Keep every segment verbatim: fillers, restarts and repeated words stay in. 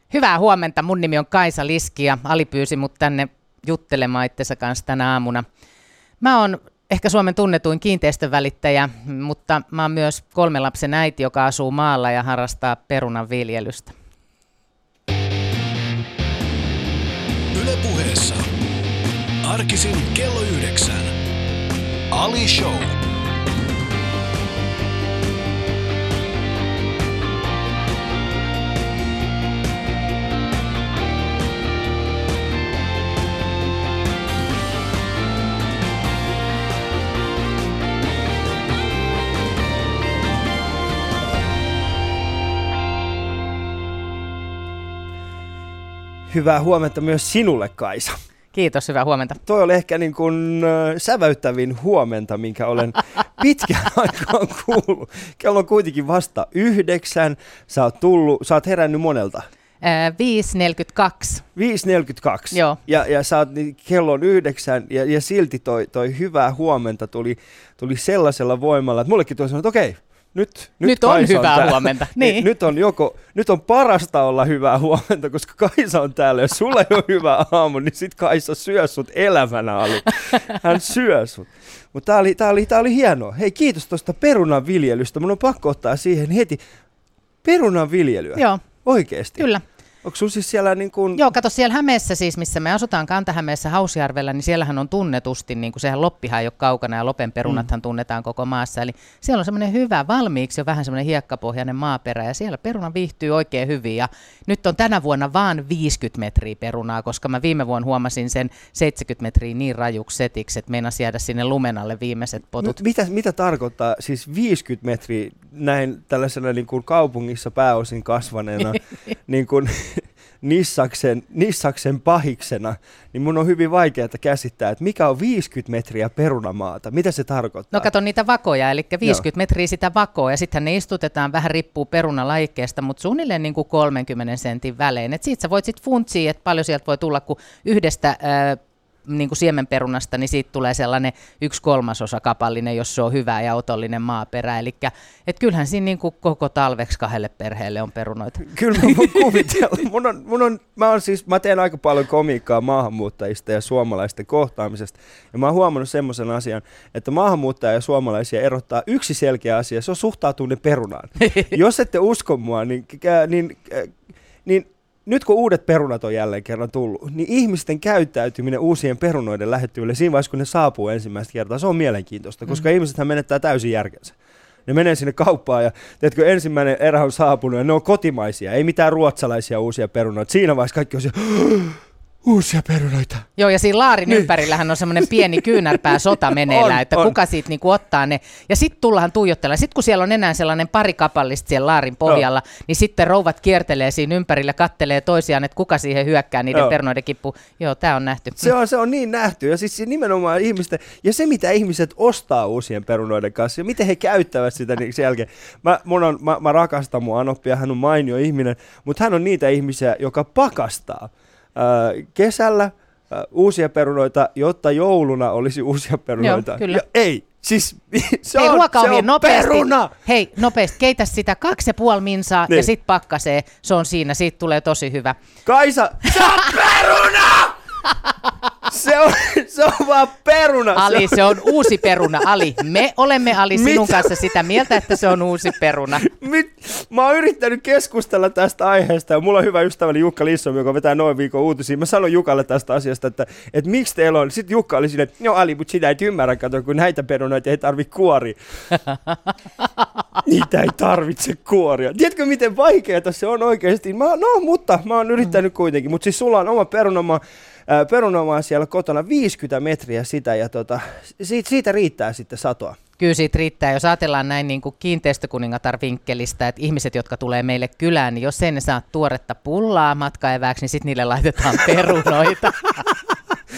Hyvää huomenta. Mun nimi on Kaisa Liski ja Ali pyysi mut tänne juttelemaan itsensä kanssa tänä aamuna. Mä oon ehkä Suomen tunnetuin kiinteistönvälittäjä, mutta mä oon myös kolmen lapsen äiti, joka asuu maalla ja harrastaa perunan viljelystä. Yle Puheessa. Arkisin kello yhdeksän. Ali Show. Hyvää huomenta myös sinulle, Kaisa. Kiitos, hyvää huomenta. Toi oli ehkä niin kuin äh, säväyttävin huomenta, minkä olen pitkään aikaan kuullut. Kello on kuitenkin vasta yhdeksän. Sä oot tullut, sä oot herännyt monelta. Äh, viisi neljäkymmentäkaksi. viisi neljäkymmentäkaksi. Joo. Ja, ja sä oot, niin kello on yhdeksän ja, ja silti toi, toi hyvää huomenta tuli, tuli sellaisella voimalla, että mullekin tuli sanoa, että okei. Nyt, nyt, nyt on Kaisa hyvää on huomenta. Niin. Nyt, on joko, nyt on parasta olla hyvää huomenta, koska Kaisa on täällä. Jos sulla ei ole hyvää aamu, niin sit Kaisa syö sut elävänä, Ali. Hän syö sut. Mutta tää oli, tää oli, tää oli hienoa. Hei, kiitos tuosta perunan viljelystä. Mun on pakko ottaa siihen heti perunan viljelyä. Joo. Oikeesti? Kyllä. Onko sun siis siellä niin kuin... Joo, kato siellä Hämeessä siis, missä me asutaan Kanta-Hämeessä Hausjärvellä, niin siellähän on tunnetusti, niin kuin sehän Loppihan ei ole kaukana ja Lopen perunathan mm. tunnetaan koko maassa. Eli siellä on semmoinen hyvä, valmiiksi jo vähän semmoinen hiekkapohjainen maaperä ja siellä peruna viihtyy oikein hyvin. Ja nyt on tänä vuonna vaan viisikymmentä metriä perunaa, koska mä viime vuonna huomasin sen seitsemänkymmentä metriä niin rajuksi setiksi, että meinasi jäädä sinne lumen alle viimeiset potut. No, mitä, mitä tarkoittaa siis viisikymmentä metriä näin tällaisena niin kuin kaupungissa pääosin kasvaneena niin kuin Nissaksen, Nissaksen pahiksena, niin mun on hyvin vaikeaa käsittää, että mikä on viisikymmentä metriä perunamaata, mitä se tarkoittaa? No kato niitä vakoja, eli viisikymmentä Joo. metriä sitä vakoa, ja sittenhän ne istutetaan, vähän riippuu perunalajikkeesta, mutta suunnilleen niin kuin kolmenkymmenen sentin välein. Et siitä sä voit sitten funtsia, että paljon sieltä voi tulla, kun yhdestä ää, niin kuin siemenperunasta, niin siitä tulee sellainen yksi kolmasosa kapallinen, jos se on hyvä ja otollinen maaperä. Eli et kyllähän siinä niin kuin koko talveksi kahdelle perheelle on perunoita. Kyllä mä voin kuvitella. Mun on, mun on, mä, on siis, mä teen aika paljon komiikkaa maahanmuuttajista ja suomalaisten kohtaamisesta. Ja mä oon huomannut semmoisen asian, että maahanmuuttajia ja suomalaisia erottaa yksi selkeä asia, se on suhtautuminen perunaan. Jos ette usko mua, niin, niin, niin nyt kun uudet perunat on jälleen kerran tullut, niin ihmisten käyttäytyminen uusien perunoiden lähettyville siinä vaiheessa, kun ne saapuu ensimmäistä kertaa, se on mielenkiintoista, koska mm. ihmisethän menettää täysin järkensä. Ne menee sinne kauppaan ja teetkö, ensimmäinen erä on saapunut ja ne on kotimaisia, ei mitään ruotsalaisia uusia perunoita. Siinä vaiheessa kaikki on se, uusia perunoita. Joo, ja siinä laarin niin. ympärillähän on semmoinen pieni kyynärpää sota meneillään, on, että on. Kuka siitä niinku ottaa ne. Ja sitten tullaan tuijottelemaan. Sitten kun siellä on enää sellainen pari kapallista siellä laarin pohjalla, no. niin sitten rouvat kiertelee siinä ympärillä, kattelee toisiaan, että kuka siihen hyökkää niiden no. perunoiden kippuun. Joo, tämä on nähty. Se on, se on niin nähty. Ja siis nimenomaan ihmisten, ja se mitä ihmiset ostaa uusien perunoiden kanssa, ja miten he käyttävät sitä niin sen jälkeen. Mä, mun on, mä, mä rakastan mun anoppia, hän on mainio ihminen, mutta hän on niitä ihmisiä, joka pakastaa Äh, kesällä äh, uusia perunoita, jotta jouluna olisi uusia perunoita. Joo, kyllä. Ja, ei, siis se Hei, on, se on nopeasti, peruna! Hei, nopeasti, keitä sitä kaksi ja puoli minsaa niin. ja sit pakkasee, se on siinä, siitä tulee tosi hyvä. Kaisa, se on peruna! Se on, se on vaan peruna. Ali, se on uusi peruna. Ali, me olemme Ali sinun Mit? kanssa sitä mieltä, että se on uusi peruna. Mit? Mä oon yrittänyt keskustella tästä aiheesta ja mulla on hyvä ystäväni Jukka Lissom, joka vetää noin viikon uutisia. Mä sanoin Jukalle tästä asiasta, että, että miksi teillä on. Sitten Jukka oli silleen, että no Ali, mutta sitä et ymmärrä, kato, kun näitä perunoita ei tarvitse kuoria. Niitä ei tarvitse kuoria. Tiedätkö, miten vaikeaa se on oikeasti? Mä, no, mutta mä oon yrittänyt kuitenkin. Mutta siis sulla on oma perunomaa. Perunomaa siellä kotona viisikymmentä metriä sitä ja tota, siitä, siitä riittää sitten satoa. Kyllä siitä riittää, jos ajatellaan näin niin kuin kiinteistökuningatar-vinkkelistä, että ihmiset, jotka tulee meille kylään, niin jos ei ne saa tuoretta pullaa matkaeväksi, niin sitten niille laitetaan perunoita.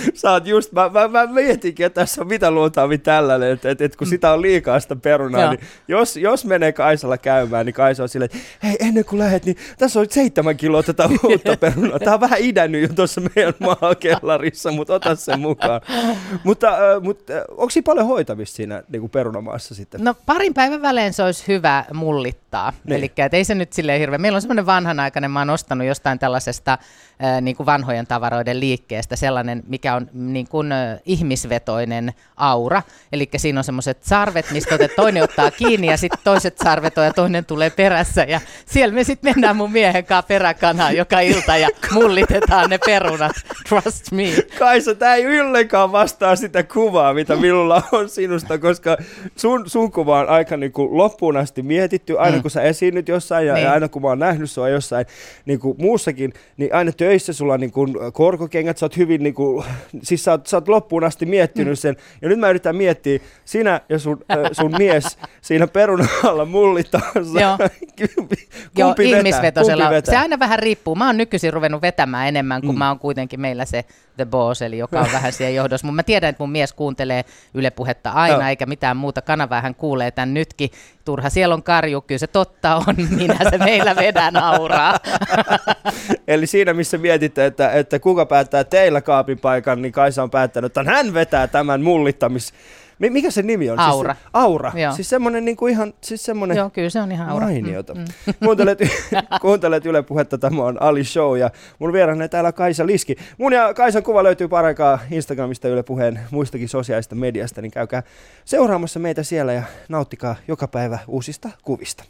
Sä oot just, mä, mä, mä mietinkin, että tässä on mitä luultavasti tällainen, että, että, että kun sitä on liikaa sitä perunaa, niin jos, jos menee Kaisalla käymään, niin Kaisa on silleen, että hei, ennen kuin lähdet, niin tässä on seitsemän kiloa tätä uutta perunaa. Tää on vähän idännyt jo tuossa meidän maakellarissa, mutta ota sen mukaan. Mutta, äh, mutta äh, onko siinä paljon hoitamista siinä niin kuin perunamaassa sitten? No parin päivän välein se olisi hyvä mullittaa. Niin. Eli ei se nyt silleen hirveä. Meillä on semmoinen vanhanaikainen, mä oon ostanut jostain tällaisesta äh, niin kuin vanhojen tavaroiden liikkeestä sellainen, mikä on niin kuin äh, ihmisvetoinen aura. Eli siinä on semmoiset sarvet, mistä toinen ottaa kiinni ja sitten toiset sarvet on ja toinen tulee perässä. Ja siellä me sitten mennään mun miehen kanssa peräkanaan joka ilta ja mullitetaan ne perunat. Trust me. Kaisa, tää ei yllenkaan vastaa sitä kuvaa, mitä minulla on sinusta, koska sun, sun kuva on aika niin kuin loppuun asti mietitty, aina mm. kun sä esiinnyt jossain ja, niin. ja aina kun mä oon nähnyt sua jossain niin kuin muussakin, niin aina töissä sulla on niin kuin korkokengät, sä oot hyvin, niin kuin, siis sä oot, sä oot loppuun asti miettinyt mm. sen. Ja nyt mä yritän miettiä, sinä ja sun, äh, sun mies siinä perunan alla mullittaessa. Joo, kumpi, Joo kumpi ihmisvetoisella. vetää? Se aina vähän riippuu. Mä oon nykyisin ruvennut vetämään enemmän, kun Mm. mä oon kuitenkin meillä se the boss, eli joka on vähän siellä johdossa. Mutta mä tiedän, että mun mies kuuntelee Yle Puhetta aina, Joo. eikä mitään muuta kanavaa. Hän kuulee tämän nytkin. Turha siellä on karju, kyllä se totta on. Minä se meillä vedän auraa. Eli siinä, missä mietitte, että, että kuka päättää teillä kaapin paikan, niin Kaisa on päättänyt, että hän vetää tämän mullittamis... Mikä se nimi on? Aura. Siis, aura. Joo. Siis semmoinen niin kuin ihan... Siis semmoinen Joo, kyllä se on ihan aura. mainiota. Mm. Kuuntelet, kuuntelet Yle Puhetta, tämä on Ali Show ja mun vieraana täällä Kaisa Liski. Mun ja Kaisan kuva löytyy paraikaa Instagramista, Yle Puheen muistakin sosiaalista mediasta, niin käykää seuraamassa meitä siellä ja nauttikaa joka päivä uusista kuvista.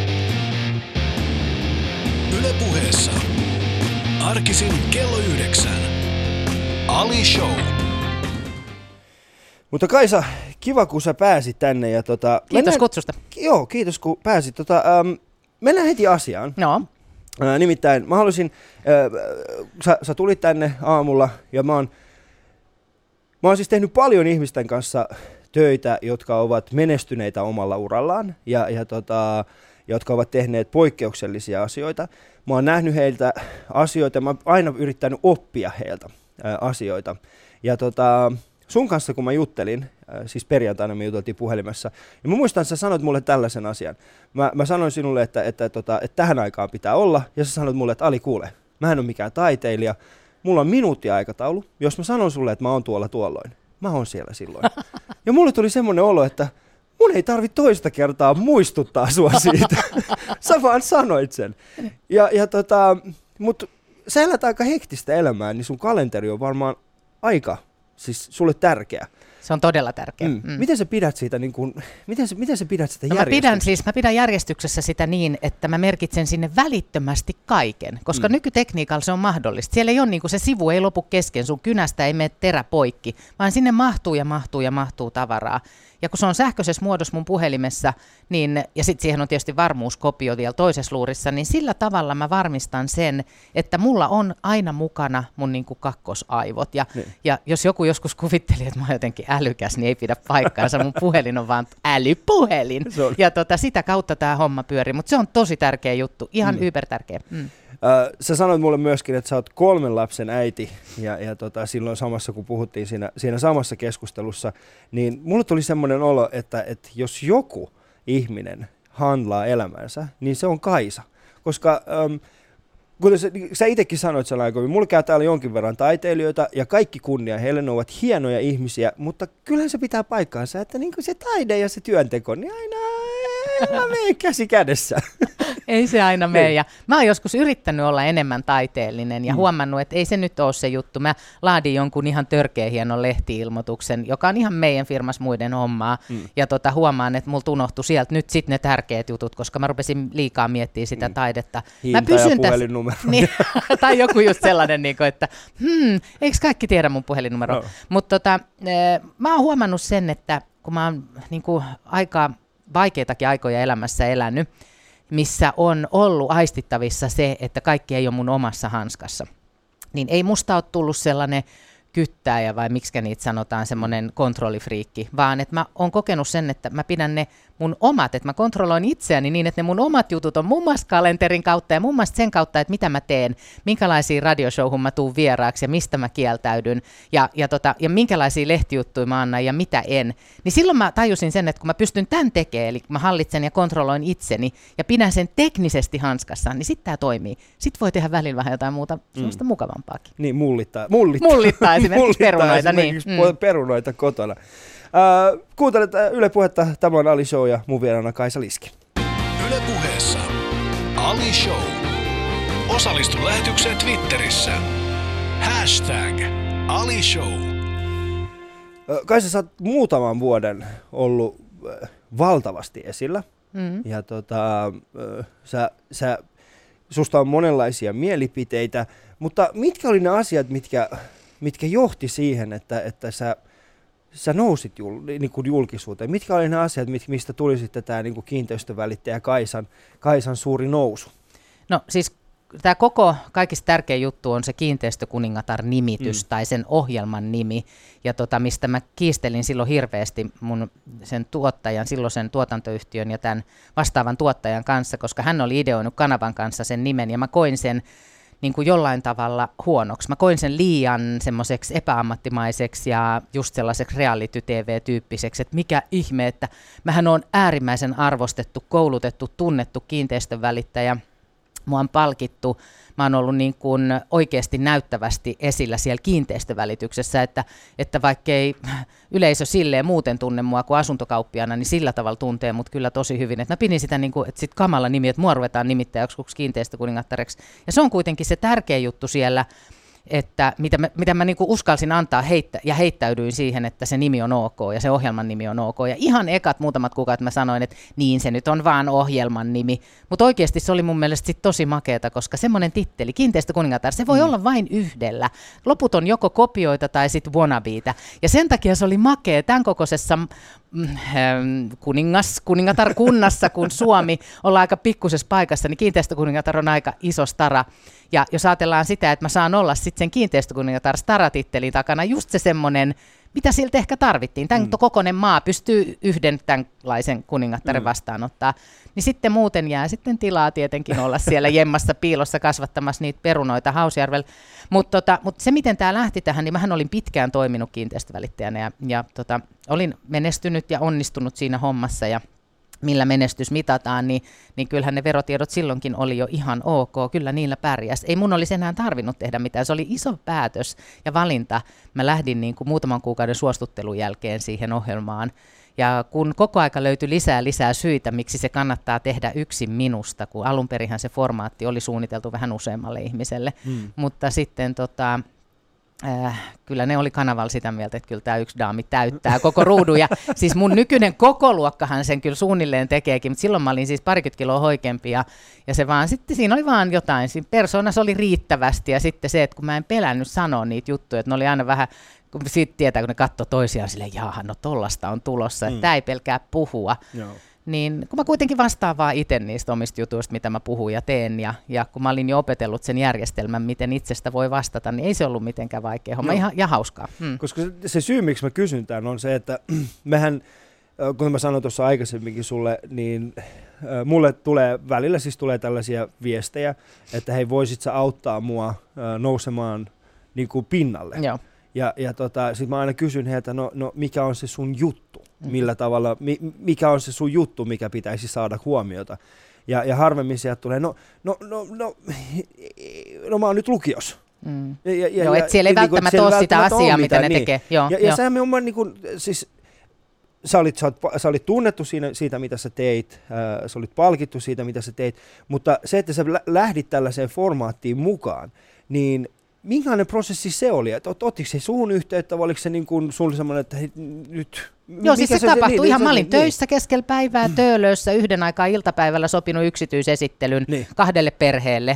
Yle Puheessa. Arkisin kello yhdeksän. Ali Show. Mutta Kaisa, kiva kun sä pääsit tänne. Ja tota, Kiitos mennään, kutsusta. Joo, kiitos kun pääsit. Tota, ähm, mennään heti asiaan. No. Äh, nimittäin mä haluaisin, äh, sä, sä tulit tänne aamulla ja mä oon, mä oon siis tehnyt paljon ihmisten kanssa töitä, jotka ovat menestyneitä omalla urallaan ja, ja tota, jotka ovat tehneet poikkeuksellisia asioita. Mä oon nähnyt heiltä asioita ja mä oon aina yrittänyt oppia heiltä äh, asioita. Ja tota... Sun kanssa, kun mä juttelin, äh, siis perjantaina me juteltiin puhelimessa, ja mä muistan, että sä sanoit mulle tällaisen asian. Mä, mä sanoin sinulle, että, että, että, että tähän aikaan pitää olla, ja sä sanoit mulle, että Ali, kuule, mä en ole mikään taiteilija, mulla on minuuttiaikataulu, jos mä sanon sulle, että mä oon tuolla tuolloin, mä oon siellä silloin. Ja mulle tuli semmoinen olo, että mun ei tarvitse toista kertaa muistuttaa sua siitä. Sä vaan sanoit sen. Ja, ja tota, mut sä elät aika hektistä elämää, niin sun kalenteri on varmaan aika... Siis sulle tärkeä. Se on todella tärkeä. Mm. Mm. Miten sä pidät siitä, niin kun, miten, sä, miten sä pidät sitä No mä pidän, siis, mä pidän järjestyksessä sitä niin, että mä merkitsen sinne välittömästi kaiken, koska mm. nykytekniikalla se on mahdollista. Siellä ei ole niin kuin se sivu ei lopu kesken, sun kynästä ei mene terä poikki, vaan sinne mahtuu ja mahtuu ja mahtuu tavaraa. Ja kun se on sähköisessä muodossa mun puhelimessa, niin, ja sitten siihen on tietysti varmuuskopio vielä toisessa luurissa, niin sillä tavalla mä varmistan sen, että mulla on aina mukana mun niin kuin kakkosaivot. Ja, niin. ja jos joku joskus kuvitteli, että mä oon jotenkin älykäs, niin ei pidä paikkaansa. Mun puhelin on vaan älypuhelin. Ja tota, sitä kautta tämä homma pyörii, mutta se on tosi tärkeä juttu, ihan mm. ybertärkeä. Mm. Uh, sä sanoit mulle myöskin, että sä oot kolmen lapsen äiti, ja, ja tota, silloin samassa, kun puhuttiin siinä, siinä samassa keskustelussa, niin mulle tuli semmoinen olo, että, että jos joku ihminen handlaa elämänsä, niin se on Kaisa. Koska, um, kuten sä, sä itsekin sanoit sen aikoihin, mulla käy täällä jonkin verran taiteilijoita, ja kaikki kunnia heille, ne ovat hienoja ihmisiä, mutta kyllähän se pitää paikkaansa, että niin kuin se taide ja se työnteko, niin aina, aina mene käsi kädessä. Ei se aina mene. Ja mä oon joskus yrittänyt olla enemmän taiteellinen ja mm. huomannut, että ei se nyt ole se juttu. Mä laadin jonkun ihan törkeä hienon lehti-ilmoituksen, joka on ihan meidän firmas muiden hommaa. Mm. Ja tota, huomaan, että multa unohtui sieltä nyt sitten ne tärkeät jutut, koska mä rupesin liikaa miettimään sitä mm. taidetta. Hinta mä pysyn ja puhelinnumero. Niin, tai joku just sellainen, niin kuin, että hmm, eikö kaikki tiedä mun puhelinnumero. No. Mutta tota, mä oon huomannut sen, että kun mä oon niin kuin aika vaikeitakin aikoja elämässä elänyt, missä on ollut aistittavissa se, että kaikki ei ole mun omassa hanskassa, niin ei musta ole tullut sellainen kyttääjä vai miksikä niitä sanotaan, semmoinen kontrollifriikki, vaan että mä oon kokenut sen, että mä pidän ne mun omat, että mä kontrolloin itseäni niin, että ne mun omat jutut on muun muassa kalenterin kautta ja muun muassa sen kautta, että mitä mä teen, minkälaisiin radioshowhun mä tuun vieraaksi ja mistä mä kieltäydyn ja, ja, tota, ja minkälaisia lehtijuttuja mä annan ja mitä en. Niin silloin mä tajusin sen, että kun mä pystyn tämän tekemään, eli mä hallitsen ja kontrolloin itseni ja pidän sen teknisesti hanskassa, niin sitten tämä toimii. Sitten voi tehdä välillä vähän jotain muuta sellaista mm. mukavampaakin. Niin, mullittaa. Mullittaa, mullittaa esimerkiksi mullittaa perunoita. Esimerkiksi niin. perunoita kotona. Uh, kuuntelet Yle Puhetta, tämä on Ali Show ja mun vieraana Kaisa Liski. Yle Puheessa Ali Show. Osallistu lähetykseen Twitterissä. Hashtag Ali Show. Uh, Kaisa, sä oot muutaman vuoden ollut uh, valtavasti esillä. Mm. Ja tota, uh, sä, sä, susta on monenlaisia mielipiteitä, mutta mitkä oli ne asiat, mitkä, mitkä johti siihen, että, että sä sä nousit jul, niin kuin julkisuuteen. Mitkä oli ne asiat, mistä tuli sitten tämä niin kuin kiinteistövälittäjä Kaisan, Kaisan suuri nousu? No siis tämä koko kaikista tärkein juttu on se Kiinteistökuningatar-nimitys mm. tai sen ohjelman nimi, ja tota, mistä mä kiistelin silloin hirveästi mun sen tuottajan, silloisen tuotantoyhtiön ja tämän vastaavan tuottajan kanssa, koska hän oli ideoinut kanavan kanssa sen nimen, ja mä koin sen niin kuin jollain tavalla huonoksi. Mä koin sen liian semmoiseksi epäammattimaiseksi ja just sellaiseksi reality-T V-tyyppiseksi, että mikä ihme, että mähän on äärimmäisen arvostettu, koulutettu, tunnettu kiinteistönvälittäjä. Mua on palkittu, mä oon ollut niin kuin oikeasti näyttävästi esillä siellä kiinteistövälityksessä, että, että vaikkei yleisö silleen muuten tunne mua kuin asuntokauppiana, niin sillä tavalla tuntee mut kyllä tosi hyvin. Että mä pidin sitä niin kuin, että sit kamala nimi, että mua ruvetaan nimittäin joksi kiinteistökuningattareksi. Ja se on kuitenkin se tärkeä juttu siellä, että mitä mä, mitä mä niinku uskalsin antaa heittä, ja heittäydyin siihen, että se nimi on ok ja se ohjelman nimi on ok. Ja ihan ekat muutamat kuukaudet mä sanoin, että niin se nyt on vaan ohjelman nimi. Mutta oikeasti se oli mun mielestä sit tosi makeata, koska semmoinen titteli, Kiinteistökuningatar, se voi mm. olla vain yhdellä. Loput on joko kopioita tai sitten wannabeita. Ja sen takia se oli makea tämän kokoisessa mm, kuningas, kuningatarkunnassa, kun Suomi ollaan aika pikkusessa paikassa, niin Kiinteistökuningatar on aika iso stara. Ja jos ajatellaan sitä, että mä saan olla sitten sen Kiinteistökuningatar staratittelin takana, just se semmoinen, mitä siltä ehkä tarvittiin. Tämän mm. kokoinen maa pystyy yhden tämänlaisen kuningattaren mm. vastaanottaa. Niin sitten muuten jää sitten tilaa tietenkin olla siellä jemmassa piilossa kasvattamassa niitä perunoita Hausjärvellä. Mutta tota, mut se, miten tämä lähti tähän, niin mähän olin pitkään toiminut kiinteistövälittäjänä ja, ja tota, olin menestynyt ja onnistunut siinä hommassa ja millä menestys mitataan, niin, niin kyllähän ne verotiedot silloinkin oli jo ihan ok, kyllä niillä pärjäs. Ei mun olisi enää tarvinnut tehdä mitään, se oli iso päätös ja valinta. Mä lähdin niin kuin muutaman kuukauden suostuttelun jälkeen siihen ohjelmaan, ja kun koko aika löytyi lisää lisää syitä, miksi se kannattaa tehdä yksin minusta, kun alun perinhän se formaatti oli suunniteltu vähän useammalle ihmiselle, hmm. mutta sitten tota, Äh, kyllä ne oli kanavalla sitä mieltä, että kyllä tämä yksi daami täyttää koko ruudun. Ja siis mun nykyinen kokoluokkahan sen kyllä suunnilleen tekeekin, mutta silloin mä olin siis parikymmentä kiloa hoikempi ja, ja se vaan sitten siinä oli vaan jotain. Siinä persoonassa oli riittävästi ja sitten se, että kun mä en pelännyt sanoa niitä juttuja, että ne oli aina vähän, kun siitä tietää, kun ne katsoi toisiaan silleen, jaaha, no tollasta on tulossa, että mm. tämä ei pelkää puhua. Joo. Niin kun mä kuitenkin vastaan vaan itse niistä omista jutuista, mitä mä puhun ja teen, ja, ja kun mä olin jo opetellut sen järjestelmän, miten itsestä voi vastata, niin ei se ollut mitenkään vaikea homma, no. ihan, ja hauskaa. Hmm. Koska se, se syy, miksi mä kysyn tämän, on se, että mehän, kun mä sanoin tuossa aikaisemminkin sulle, niin äh, mulle tulee välillä siis tulee tällaisia viestejä, että hei, voisit sä auttaa mua äh, nousemaan niin kuin pinnalle. Joo. Ja, ja tota, sit mä aina kysyn heiltä, no, no mikä on se sun juttu? Millä tavalla, mi, mikä on se sun juttu, mikä pitäisi saada huomiota. Ja, ja harvemmin sieltä tulee, no, no, no, no, no mä oon nyt lukios. Mm. Ja, ja, Joo, että siellä ei välttämättä ole sitä asiaa, mitä ne niin. tekee. Joo, ja, ja sehän on niin kuin, siis, sä olit, sä, olit, sä olit tunnettu siinä, siitä, mitä sä teit, äh, sä olit palkittu siitä, mitä sä teit, mutta se, että sä lähdit tällaiseen formaattiin mukaan, niin minkälainen prosessi se oli? Että ottiko se suhun yhteyttä, vai oliko se niin kuin sulle semmoinen, että hei, nyt... Joo, siis se, se tapahtui niin, ihan, niin, mä olin niin, töissä niin. keskellä päivää Töölössä, yhden aikaa iltapäivällä sopinut yksityisesittelyn niin. kahdelle perheelle.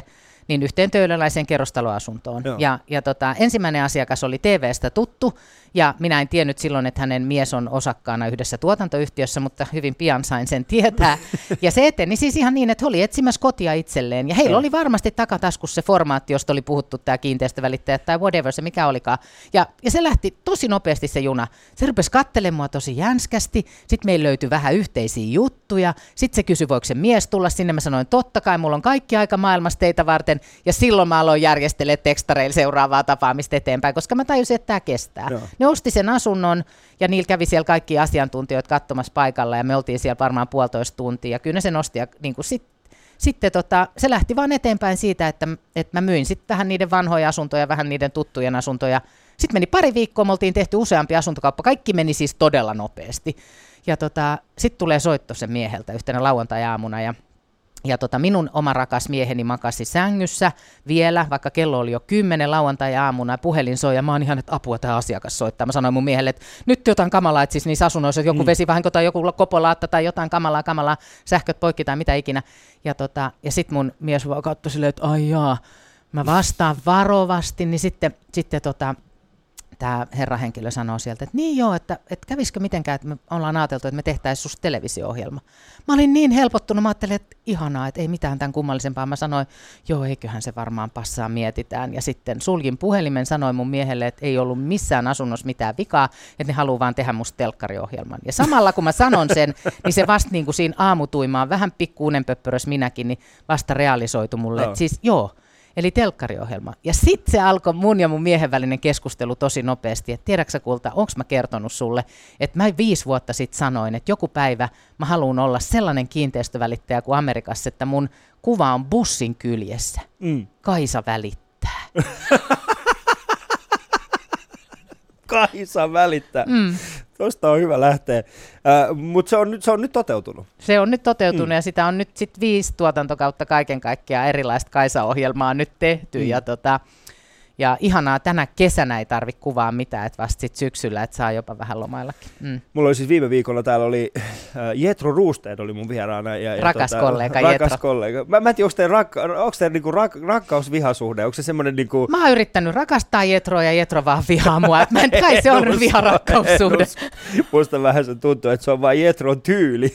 niin yhteen töölöläiseen kerrostaloasuntoon. Ja, ja tota, ensimmäinen asiakas oli T V:stä tuttu, ja minä en tiennyt silloin, että hänen mies on osakkaana yhdessä tuotantoyhtiössä, mutta hyvin pian sain sen tietää. Ja se eteni siis ihan niin, että he oli etsimässä kotia itselleen, ja heillä ja. oli varmasti takataskussa se formaatti, josta oli puhuttu tämä kiinteistövälittäjä tai whatever se mikä olikaan. Ja, ja se lähti tosi nopeasti se juna. Se rupesi katselemaan mua tosi jänskästi, sitten meillä löytyi vähän yhteisiä juttuja, sitten se kysyi, voiko se mies tulla sinne, mä sanoin, totta kai, mulla on kaikki aika maailmassa teitä varten, ja silloin mä aloin järjestellä tekstareilla seuraavaa tapaamista eteenpäin, koska mä tajusin, että tämä kestää. Joo. Ne osti sen asunnon, ja niillä kävi siellä kaikki asiantuntijat katsomassa paikalla, ja me oltiin siellä varmaan puolitoista tuntia, ja kyllä ne sen osti, ja niin kuin sit, sitten tota, se lähti vaan eteenpäin siitä, että, että mä myin sitten vähän niiden vanhoja asuntoja, vähän niiden tuttujen asuntoja. Sitten meni pari viikkoa, me oltiin tehty useampi asuntokauppa, kaikki meni siis todella nopeasti. Ja tota, sitten tulee soitto sen mieheltä yhtenä lauantai-aamuna, ja Ja tota, minun oma rakas mieheni makasi sängyssä vielä, vaikka kello oli jo kymmenen lauantai-aamuna, ja puhelin soi, ja mä oon ihan, että apua, tämä asiakas soittaa. Mä sanoin mun miehelle, että nyt jotain kamalaa, että siis niissä asunnoissa, että joku mm. vesivahinko tai joku kopolaatta tai jotain kamalaa, kamalaa, sähköt poikki tai mitä ikinä. Ja, tota, ja sitten mun mies vaan katsoi silleen, että ai jaa, mä vastaan varovasti, niin sitten, sitten tota, tämä herrahenkilö sanoo sieltä, että niin joo, että, että kävisikö mitenkään, että me ollaan ajateltu, että me tehtäisiin susta televisio-ohjelma. Mä olin niin helpottunut, mä ajattelin, että ihanaa, että ei mitään tämän kummallisempaa. Mä sanoin, joo, eiköhän se varmaan passaa, mietitään. Ja sitten suljin puhelimen, sanoin mun miehelle, että ei ollut missään asunnossa mitään vikaa, että ne haluaa vaan tehdä musta telkkariohjelman. Ja samalla kun mä sanon sen, niin se vasta niin kuin siinä aamutuimaan, vähän pikku unenpöppörös minäkin, niin vasta realisoitu mulle, että siis joo, eli telkkariohjelma. Ja sitten se alkoi mun ja mun miehen välinen keskustelu tosi nopeasti, että tiedätkö kulta, onko mä kertonut sulle, että mä viisi vuotta sitten sanoin, että joku päivä mä haluan olla sellainen kiinteistövälittäjä kuin Amerikassa, että mun kuva on bussin kyljessä. Mm. Kaisa välittää. Kaisa välittää. Mm. Tuosta on hyvä lähteä, äh, mutta se, se on nyt toteutunut. Se on nyt toteutunut mm. ja sitä on nyt sit viisi tuotantokautta kaiken kaikkiaan erilaista Kaisa-ohjelmaa nyt tehty. Mm. Ja, tota, ja ihanaa, tänä kesänä ei tarvitse kuvaa mitään, että vasta sit syksyllä, että saa jopa vähän lomaillakin. Mm. Mulla oli siis viime viikolla, täällä oli äh, Jetro Ruusteed oli mun vieraana. Ja, ja rakas tota, kollega rakas Jetro. kollega. Mä, mä en tiedä, onko teillä rakka, te niinku rak, rakkaus-vihasuhde? Onko se semmoinen niinku... Mä oon yrittänyt rakastaa Jetroa ja Jetro vaan vihaa mua. Mä en, kai se on viha-rakkaussuhde. Musta vähän se tuntuu, että se on vain Jetron tyyli.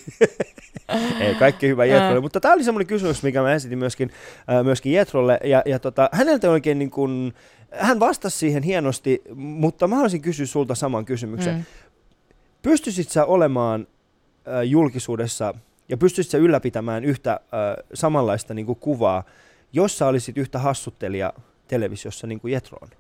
Ei, kaikki hyvä Jetrolle. Mutta tää oli semmoinen kysymys, mikä mä esitin myöskin, äh, myöskin Jetrolle. Ja, ja tota, häneltä oikein niin kuin... Hän vastasi siihen hienosti, mutta mä haluaisin kysyä sulta saman kysymyksen. Mm. Pystyisit sä olemaan äh, julkisuudessa ja pystyisit sä ylläpitämään yhtä äh, samanlaista niin kuin kuvaa, jos sä olisit yhtä hassuttelija televisiossa niin kuin Jetro on?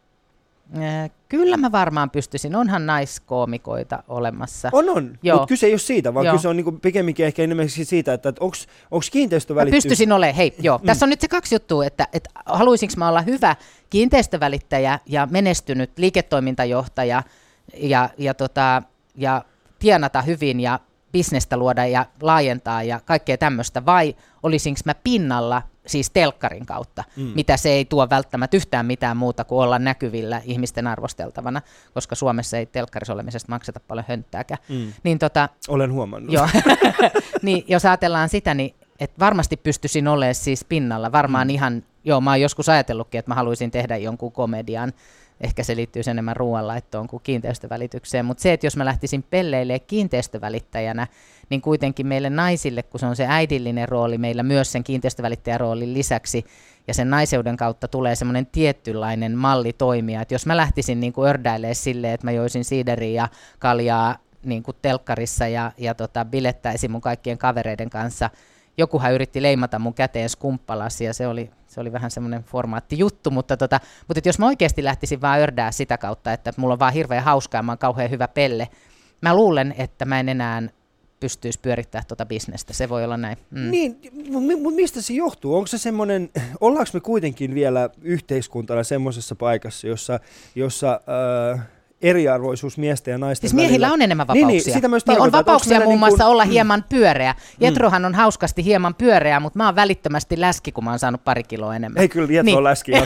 Äh, kyllä mä varmaan pystyisin. Onhan naiskoomikoita olemassa. On, on. Mutta kyse ei ole siitä, vaan joo. kyse on niin kuin pikemminkin ehkä enemmän siitä, että onko kiinteistövälitys... Mä pystyisin olemaan. Hei, joo. Mm. Tässä on nyt se kaksi juttua, että, että haluaisinko mä olla hyvä kiinteistövälittäjä ja menestynyt liiketoimintajohtaja ja, ja, tota, ja tienata hyvin ja bisnestä luoda ja laajentaa ja kaikkea tämmöistä, vai olisinko mä pinnalla siis telkkarin kautta, mm. mitä se ei tuo välttämättä yhtään mitään muuta kuin olla näkyvillä ihmisten arvosteltavana, koska Suomessa ei telkkarissa olemisesta makseta paljon hönttääkään. Mm. Niin tota, olen huomannut. Joo. Niin, jos ajatellaan sitä, niin että varmasti pystyisin olemaan siis pinnalla. Varmaan mm. ihan, joo, mä oon joskus ajatellutkin, että mä haluaisin tehdä jonkun komedian. Ehkä se liittyy enemmän ruoanlaittoon kuin kiinteistövälitykseen, mutta se, että jos mä lähtisin pelleilemään kiinteistövälittäjänä, niin kuitenkin meille naisille, kun se on se äidillinen rooli, meillä myös sen kiinteistövälittäjän roolin lisäksi, ja sen naiseuden kautta tulee semmoinen tietynlainen malli toimia, että jos mä lähtisin niin kuin ördäilemään silleen, että mä joisin siideriä ja kaljaa niin kuin telkkarissa ja, ja tota, bilettäisin mun kaikkien kavereiden kanssa, jokuhan yritti leimata mun käteen skumppalasi, ja se oli, se oli vähän semmoinen formaattijuttu, mutta, tota, mutta jos mä oikeasti lähtisin vaan ördää sitä kautta, että mulla on vaan hirveän hauskaa ja mä oon kauhean hyvä pelle, mä luulen, että mä en enää pystyisi pyörittämään tuota bisnestä. Se voi olla näin. Mm. Niin, mutta mistä se johtuu? Onko se semmoinen, ollaanko me kuitenkin vielä yhteiskuntana semmoisessa paikassa, jossa, jossa äh, eriarvoisuus miesten ja naisten siis miehillä välillä. On enemmän vapauksia. Niin, niin, sitä myös niin on vapauksia muun muassa niin kuin... olla hieman pyöreä. Jetrohan on hauskasti hieman pyöreä, mutta mä oon välittömästi läski, kun mä oon saanut pari kiloa enemmän. Ei kyllä, Jetro niin. on läski.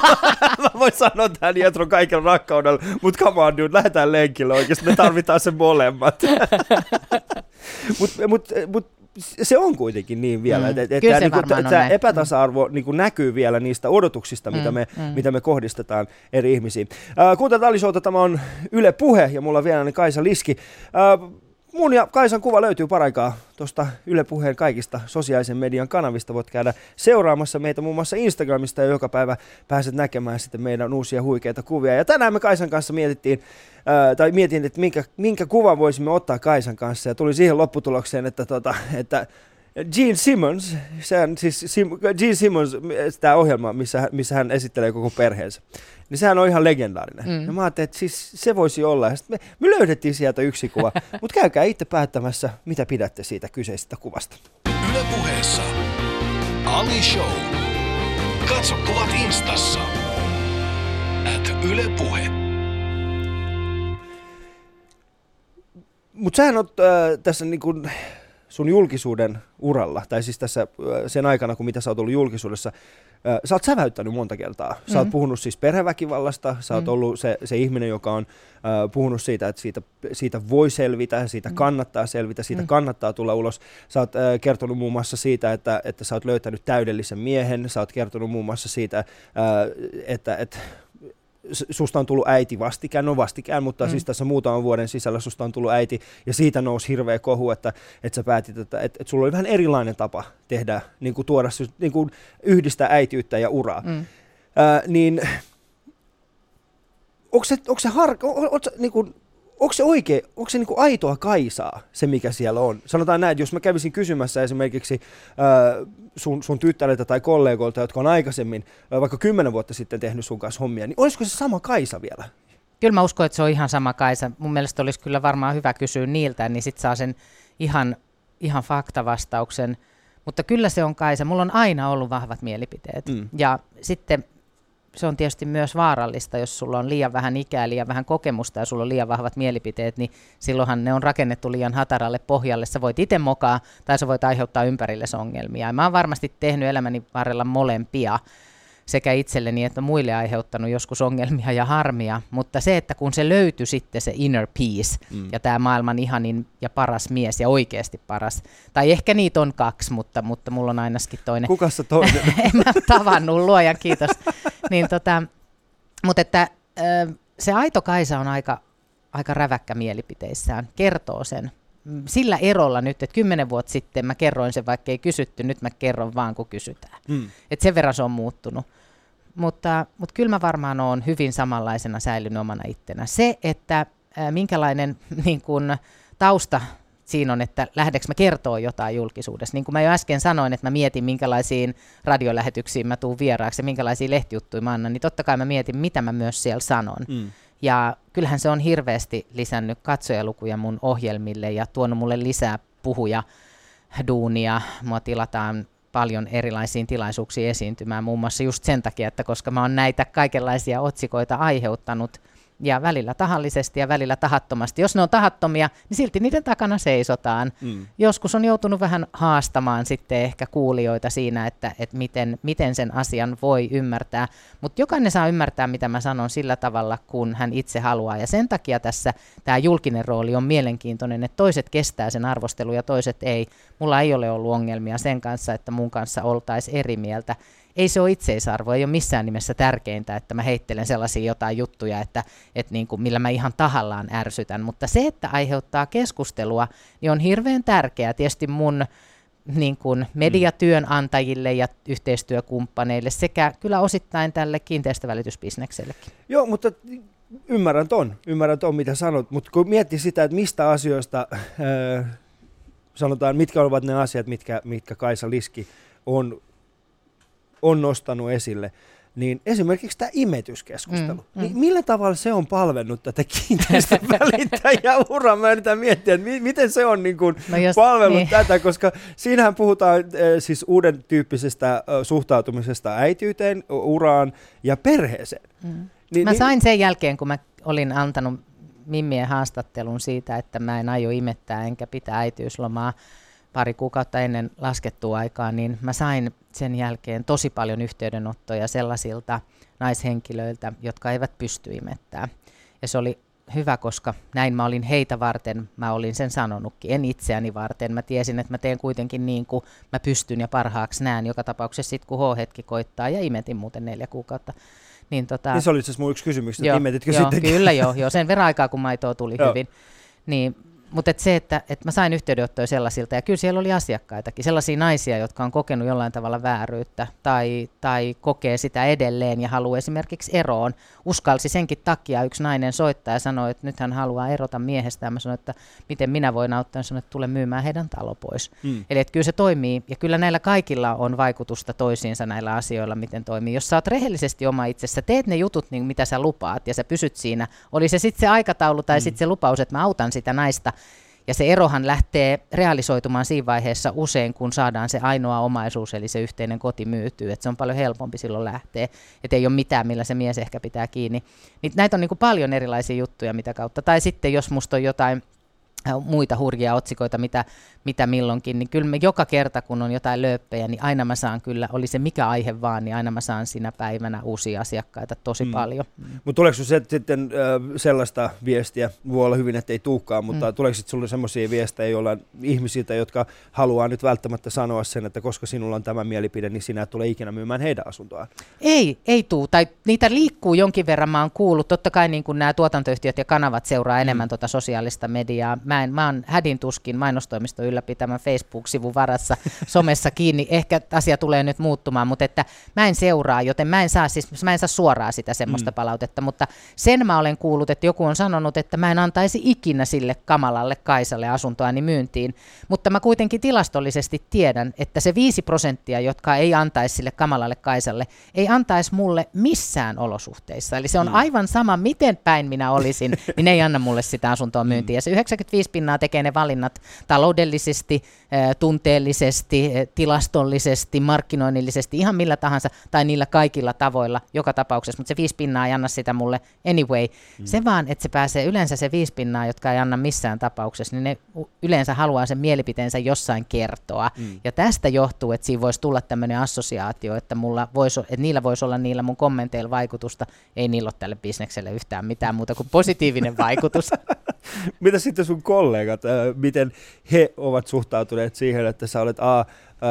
Mä voin sanoa tähän Jetron kaiken rakkaudella, mutta come on dude, lähdetään lenkille oikeasti, me tarvitaan sen molemmat. Mutta mut, mut, se on kuitenkin niin vielä, Mm. että et, et Kyllä tämä se niinku, varmaan on tää näin. epätasa-arvo niinku näkyy vielä niistä odotuksista, mitä, Mm, me, mm. mitä me kohdistetaan eri ihmisiin. Äh, Kuuntelut Ali Showta, tämä on Yle Puhe ja mulla on vielä Kaisa Liski. Äh, mun ja Kaisan kuva löytyy paraikaa tuosta Yle Puheen kaikista sosiaalisen median kanavista. Voit käydä seuraamassa meitä muun muassa Instagramista ja joka päivä pääset näkemään sitten meidän uusia huikeita kuvia. Ja tänään me Kaisan kanssa mietittiin, ää, tai mietin, että minkä, minkä kuvan voisimme ottaa Kaisan kanssa ja tuli siihen lopputulokseen, että, tota, että Gene Simmons, sehän, siis Sim, Gene Simmons, tämä ohjelma, missä, missä hän esittelee koko perheensä, niin sehän on ihan legendaarinen. Mm. Ja mä ajattelin, että siis se voisi olla. Ja me, me löydettiin sieltä yksi kuva, mutta käykää itse päättämässä, mitä pidätte siitä kyseisestä kuvasta. Yle Puheessa Ali Show. Katso kuvat Instassa. At Yle Puhe. Mutta sähän oot äh, tässä niin kun sun julkisuuden uralla, tai siis tässä äh, sen aikana, kun mitä sä oot ollut julkisuudessa, äh, sä oot säväyttänyt monta kertaa. Sä mm. oot puhunut siis perheväkivallasta, sä oot mm. ollut se, se ihminen, joka on äh, puhunut siitä, että siitä, siitä voi selvitä, siitä mm. kannattaa selvitä, siitä mm. kannattaa tulla ulos. Sä oot äh, kertonut muun muassa siitä, että, että sä oot löytänyt täydellisen miehen, sä oot kertonut muun muassa siitä, äh, että... että susta on tullut äiti vastikään, no vastikään, mutta mm. siis tässä muutaman vuoden sisällä susta on tullut äiti, ja siitä nousi hirveä kohu, että, että sä päätit, että, että, että sulla oli vähän erilainen tapa tehdä, niin kuin tuoda, niin kuin yhdistää äitiyttä ja uraa. Mm. Ää, niin onko se, onko se, har, on, on, niin kuin, onko se oikein, onko se niin kuin aitoa Kaisaa, se mikä siellä on? Sanotaan näin, että jos mä kävisin kysymässä esimerkiksi ää, sun, sun tyttäriltä tai kollegoilta, jotka on aikaisemmin, ää, vaikka kymmenen vuotta sitten tehnyt sun kanssa hommia, niin olisiko se sama Kaisa vielä? Kyllä mä uskon, että se on ihan sama Kaisa. Mun mielestä olisi kyllä varmaan hyvä kysyä niiltä, niin sit saa sen ihan, ihan faktavastauksen. Mutta kyllä se on Kaisa. Mulla on aina ollut vahvat mielipiteet. Mm. Ja sitten se on tietysti myös vaarallista, jos sulla on liian vähän ikää, liian vähän kokemusta ja sulla on liian vahvat mielipiteet, niin silloinhan ne on rakennettu liian hataralle pohjalle. Sä voit itse mokaa tai sä voit aiheuttaa ympärillesi ongelmia. Ja mä oon varmasti tehnyt elämäni varrella molempia, sekä itselleni että muille aiheuttanut joskus ongelmia ja harmia, mutta se, että kun se löytyi sitten se inner peace mm. ja tämä maailman ihanin ja paras mies ja oikeasti paras, tai ehkä niitä on kaksi, mutta, mutta mulla on ainakin toinen. Kuka se toinen? En mä tavannut, luojan kiitos. niin tota, mutta että se aito Kaisa on aika, aika räväkkä mielipiteissään, kertoo sen. Sillä erolla nyt, että kymmenen vuotta sitten mä kerroin sen, vaikka ei kysytty, nyt mä kerron vaan, kun kysytään. Mm. Että sen verran se on muuttunut. Mutta, mutta kyllä mä varmaan oon hyvin samanlaisena säilynyt omana ittenä. Se, että ää, minkälainen niin kun, tausta siinä on, että lähdekö mä kertoo jotain julkisuudessa. Niin kuin mä jo äsken sanoin, että mä mietin, minkälaisiin radiolähetyksiin mä tuun vieraaksi ja minkälaisia lehtijuttuja mä annan, niin totta kai mä mietin, mitä mä myös siellä sanon. Mm. Ja kyllähän se on hirveästi lisännyt katsojalukuja mun ohjelmille ja tuonut mulle lisää puhuja duunia. Mua tilataan paljon erilaisiin tilaisuuksiin esiintymään, muun muassa just sen takia, että koska mä oon näitä kaikenlaisia otsikoita aiheuttanut, ja välillä tahallisesti ja välillä tahattomasti. Jos ne on tahattomia, niin silti niiden takana seisotaan. Mm. Joskus on joutunut vähän haastamaan sitten ehkä kuulijoita siinä, että, että miten, miten sen asian voi ymmärtää. Mutta jokainen saa ymmärtää, mitä mä sanon sillä tavalla, kun hän itse haluaa. Ja sen takia tässä tämä julkinen rooli on mielenkiintoinen, että toiset kestää sen arvostelun ja toiset ei. Mulla ei ole ollut ongelmia sen kanssa, että mun kanssa oltaisiin eri mieltä. Ei se ole itseisarvo, ei ole missään nimessä tärkeintä, että mä heittelen sellaisia jotain juttuja, että, että niin kuin, millä mä ihan tahallaan ärsytän. Mutta se, että aiheuttaa keskustelua, niin on hirveän tärkeää tietysti mun niin kuin mediatyönantajille ja yhteistyökumppaneille sekä kyllä osittain tälle kiinteistövälitysbisneksellekin. Joo, mutta ymmärrän ton, ymmärrän ton mitä sanot, mutta kun miettii sitä, että mistä asioista, äh, sanotaan, mitkä ovat ne asiat, mitkä, mitkä Kaisa Liski on on nostanut esille, niin esimerkiksi tämä imetyskeskustelu. Mm, mm. Niin millä tavalla se on palvennut tätä kiinteistövälittäjäuraa? Mä yritän miettiä, että mi- miten se on niin kuin no just, palvellut niin. tätä, koska siinähän puhutaan äh, siis uuden tyyppisestä äh, suhtautumisesta äitiyteen, uraan ja perheeseen. Mm. Ni- mä sain sen jälkeen, kun mä olin antanut Mimmien haastattelun siitä, että mä en aio imettää enkä pitää äitiyslomaa pari kuukautta ennen laskettua aikaa, niin mä sain sen jälkeen tosi paljon yhteydenottoja sellaisilta naishenkilöiltä, jotka eivät pysty imettämään. Ja se oli hyvä, koska näin mä olin heitä varten, mä olin sen sanonutkin, en itseäni varten. Mä tiesin, että mä teen kuitenkin niin kuin mä pystyn ja parhaaksi näen joka tapauksessa sit, kun H-hetki koittaa, ja imetin muuten neljä kuukautta. Niin, tota, niin se oli itse asiassa mun yksi kysymys, että joo, imetitkö joo, sittenkin? Kyllä joo, joo, sen verran aikaa, kun maitoa tuli hyvin. Niin, mutta et se, että et mä sain yhteydenottoja sellaisilta, ja kyllä siellä oli asiakkaitakin, sellaisia naisia, jotka on kokenut jollain tavalla vääryyttä tai, tai kokee sitä edelleen ja haluaa esimerkiksi eroon. Uskalsi senkin takia yksi nainen soittaa ja sanoi, että nyt hän haluaa erota miehestään. Mä sanoin, että miten minä voin auttaa, ja sanoin, että tule myymään heidän talo pois. Mm. Eli että kyllä se toimii, ja kyllä näillä kaikilla on vaikutusta toisiinsa näillä asioilla, miten toimii. Jos sä oot rehellisesti oma itsessä, teet ne jutut, niin mitä sä lupaat, ja sä pysyt siinä. Oli se sitten se aikataulu tai mm. sitten se lupaus, että mä autan sitä naista. Ja se erohan lähtee realisoitumaan siinä vaiheessa usein, kun saadaan se ainoa omaisuus, eli se yhteinen koti myytyy. Et se on paljon helpompi silloin lähteä, että ei ole mitään, millä se mies ehkä pitää kiinni. Niin näitä on niin kuin paljon erilaisia juttuja, mitä kautta. Tai sitten jos musta on jotain muita hurjia otsikoita, mitä, mitä milloinkin, niin kyllä me joka kerta, kun on jotain lööppejä, niin aina mä saan kyllä, oli se mikä aihe vaan, niin aina mä saan siinä päivänä uusia asiakkaita tosi mm. paljon. Mm. Mutta tuleeko sinulle sitten äh, sellaista viestiä, voi olla hyvin, että ei tulekaan, mutta mm. tuleeko sitten sinulle sellaisia viestejä, joilla ihmisiltä, jotka haluaa nyt välttämättä sanoa sen, että koska sinulla on tämä mielipide, niin sinä et tule ikinä myymään heidän asuntoaan? Ei, ei tuu. Tai niitä liikkuu jonkin verran, mä oon kuullut. Totta kai niin kuin nämä tuotantoyhtiöt ja kanavat seuraa enemmän mm. tuota sosiaalista mediaa. Mä, en, mä oon hädin tuskin mainostoimiston ylläpitämän Facebook-sivun varassa somessa kiinni. Ehkä asia tulee nyt muuttumaan, mutta että mä en seuraa, joten mä en saa, siis, mä en saa suoraan sitä semmoista mm. palautetta. Mutta sen mä olen kuullut, että joku on sanonut, että mä en antaisi ikinä sille kamalalle Kaisalle asuntoani myyntiin. Mutta mä kuitenkin tilastollisesti tiedän, että se viisi prosenttia, jotka ei antaisi sille kamalalle Kaisalle, ei antaisi mulle missään olosuhteissa. Eli se on mm. aivan sama, miten päin minä olisin, niin ne ei anna mulle sitä asuntoa myyntiin. Ja se yhdeksänkymmentäviisi pinnaa tekee ne valinnat taloudellisesti, tunteellisesti, tilastollisesti, markkinoinnillisesti, ihan millä tahansa, tai niillä kaikilla tavoilla joka tapauksessa, mutta se viisi pinnaa ei anna sitä mulle anyway. Mm. Se vaan, että se pääsee yleensä se viisi pinnaa, jotka ei anna missään tapauksessa, niin ne yleensä haluaa sen mielipiteensä jossain kertoa. Mm. Ja tästä johtuu, että siinä voisi tulla tämmöinen assosiaatio, että, mulla vois, että niillä voisi olla niillä mun kommenteilla vaikutusta. Ei niillä ole tälle bisnekselle yhtään mitään muuta kuin positiivinen vaikutus. Mitä sitten sun kollegat, äh, miten he ovat suhtautuneet siihen, että sä olet A, äh,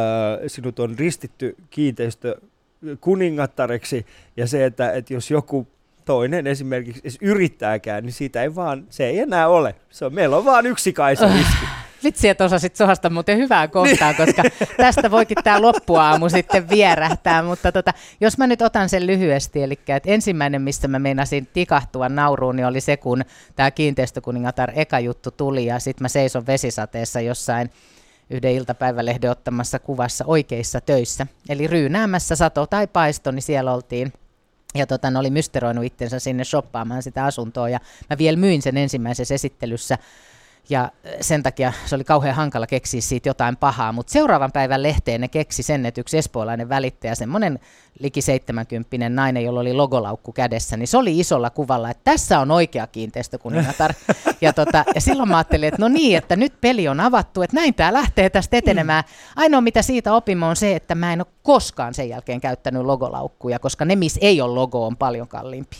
sinut on ristitty kiinteistö kuningattareksi, ja se, että, että jos joku toinen esimerkiksi edes yrittääkään, niin siitä ei vaan, se ei enää ole. Se on, meillä on vaan yksi Kaisa riski. Vitsi, että osasit sohasta muuten hyvää kohtaa, koska tästä voikin tämä loppuaamu sitten vierähtää, mutta tota, jos mä nyt otan sen lyhyesti, eli että ensimmäinen, missä mä meinasin tikahtua nauruun, niin oli se, kun tämä kiinteistökuningatar eka juttu tuli, ja sitten mä seison vesisateessa jossain yhden iltapäivälehden ottamassa kuvassa oikeissa töissä, eli ryynäämässä sato tai paisto, niin siellä oltiin. Ja tota, ne oli mysteroinut itsensä sinne shoppaamaan sitä asuntoa, ja mä vielä myin sen ensimmäisessä esittelyssä. Ja sen takia se oli kauhean hankala keksiä siitä jotain pahaa, mutta seuraavan päivän lehteen ne keksi sen, että yksi espoolainen välittäjä, semmoinen liki seitsemänkymppinen nainen, jolla oli logolaukku kädessä, niin se oli isolla kuvalla, että tässä on oikea kiinteistökuningatar. Ja, tota, ja silloin mä ajattelin, että no niin, että nyt peli on avattu, että näin tämä lähtee tästä etenemään. Ainoa mitä siitä opimme on se, että mä en ole koskaan sen jälkeen käyttänyt logolaukkuja, koska ne, missä ei ole logo, on paljon kalliimpi.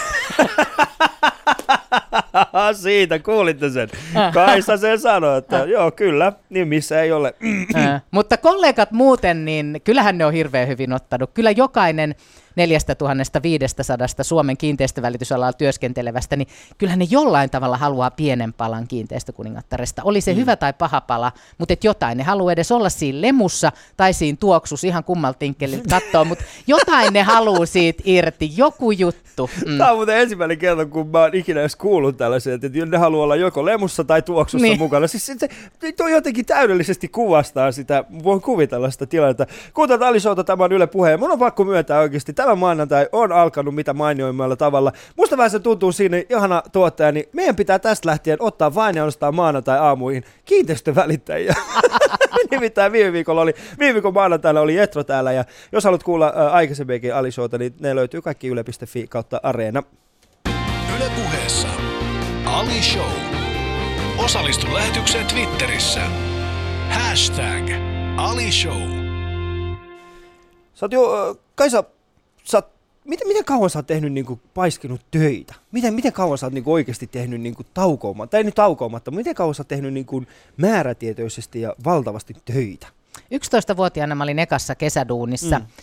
Siitä kuulitte sen. Kaisa sen sanoi, että joo kyllä, niin missä ei ole. Äh, mutta kollegat muuten, niin kyllähän ne on hirveän hyvin ottanut. Kyllä jokainen neljätuhattaviisisataa Suomen kiinteistövälitysалalla työskentelevästä, niin kyllähän ne jollain tavalla haluaa pienen palan kiinteistökuningattaresta. Oli se mm. hyvä tai paha pala, mutta et jotain ne haluaa edes olla siinä lemussa tai siinä tuoksussa, ihan kummalta tinkkeliltä kattoo, mutta jotain ne haluaa siitä irti, joku juttu. Mm. Tämä on muuten ensimmäinen kerta, kun mä oon ikinä edes kuullut tällaisen, että ne haluaa olla joko lemussa tai tuoksussa niin mukana. Siis se, se toi jotenkin täydellisesti kuvastaa sitä, voin kuvitella sitä tilannetta. Kuuntelut Ali Showta, tämä on Yle Puhe, ja mun on pakko myöntää oikeasti, tämä maanantai on alkanut mitä mainioimmalla tavalla. Musta vähän se tuntuu siinä, ihana tuottaja, niin meidän pitää tästä lähtien ottaa vain ja ostaa maanantai-aamuihin kiinteistövälittäjiä. Nimittäin viime viikolla oli, viime viikon maanantaina oli Jetro täällä, ja jos haluat kuulla ä, aikaisemminkin Ali Showta, niin ne löytyy kaikki yle piste fi kautta Areena. Yle Puheessa Ali Show. Osallistu lähetykseen Twitterissä. Hashtag Ali Show. Sä oot jo, Kaisa, sä oot miten, miten kauan sä oot tehnyt niinku paiskinut töitä? Miten, miten kauan sä oot niinku oikeasti tehnyt niinku taukoumatta, tai nyt taukoumatta, mutta miten kauan sä oot tehnyt niinku määrätietoisesti ja valtavasti töitä? yksitoistavuotiaana mä olin ekassa kesäduunissa. Mm.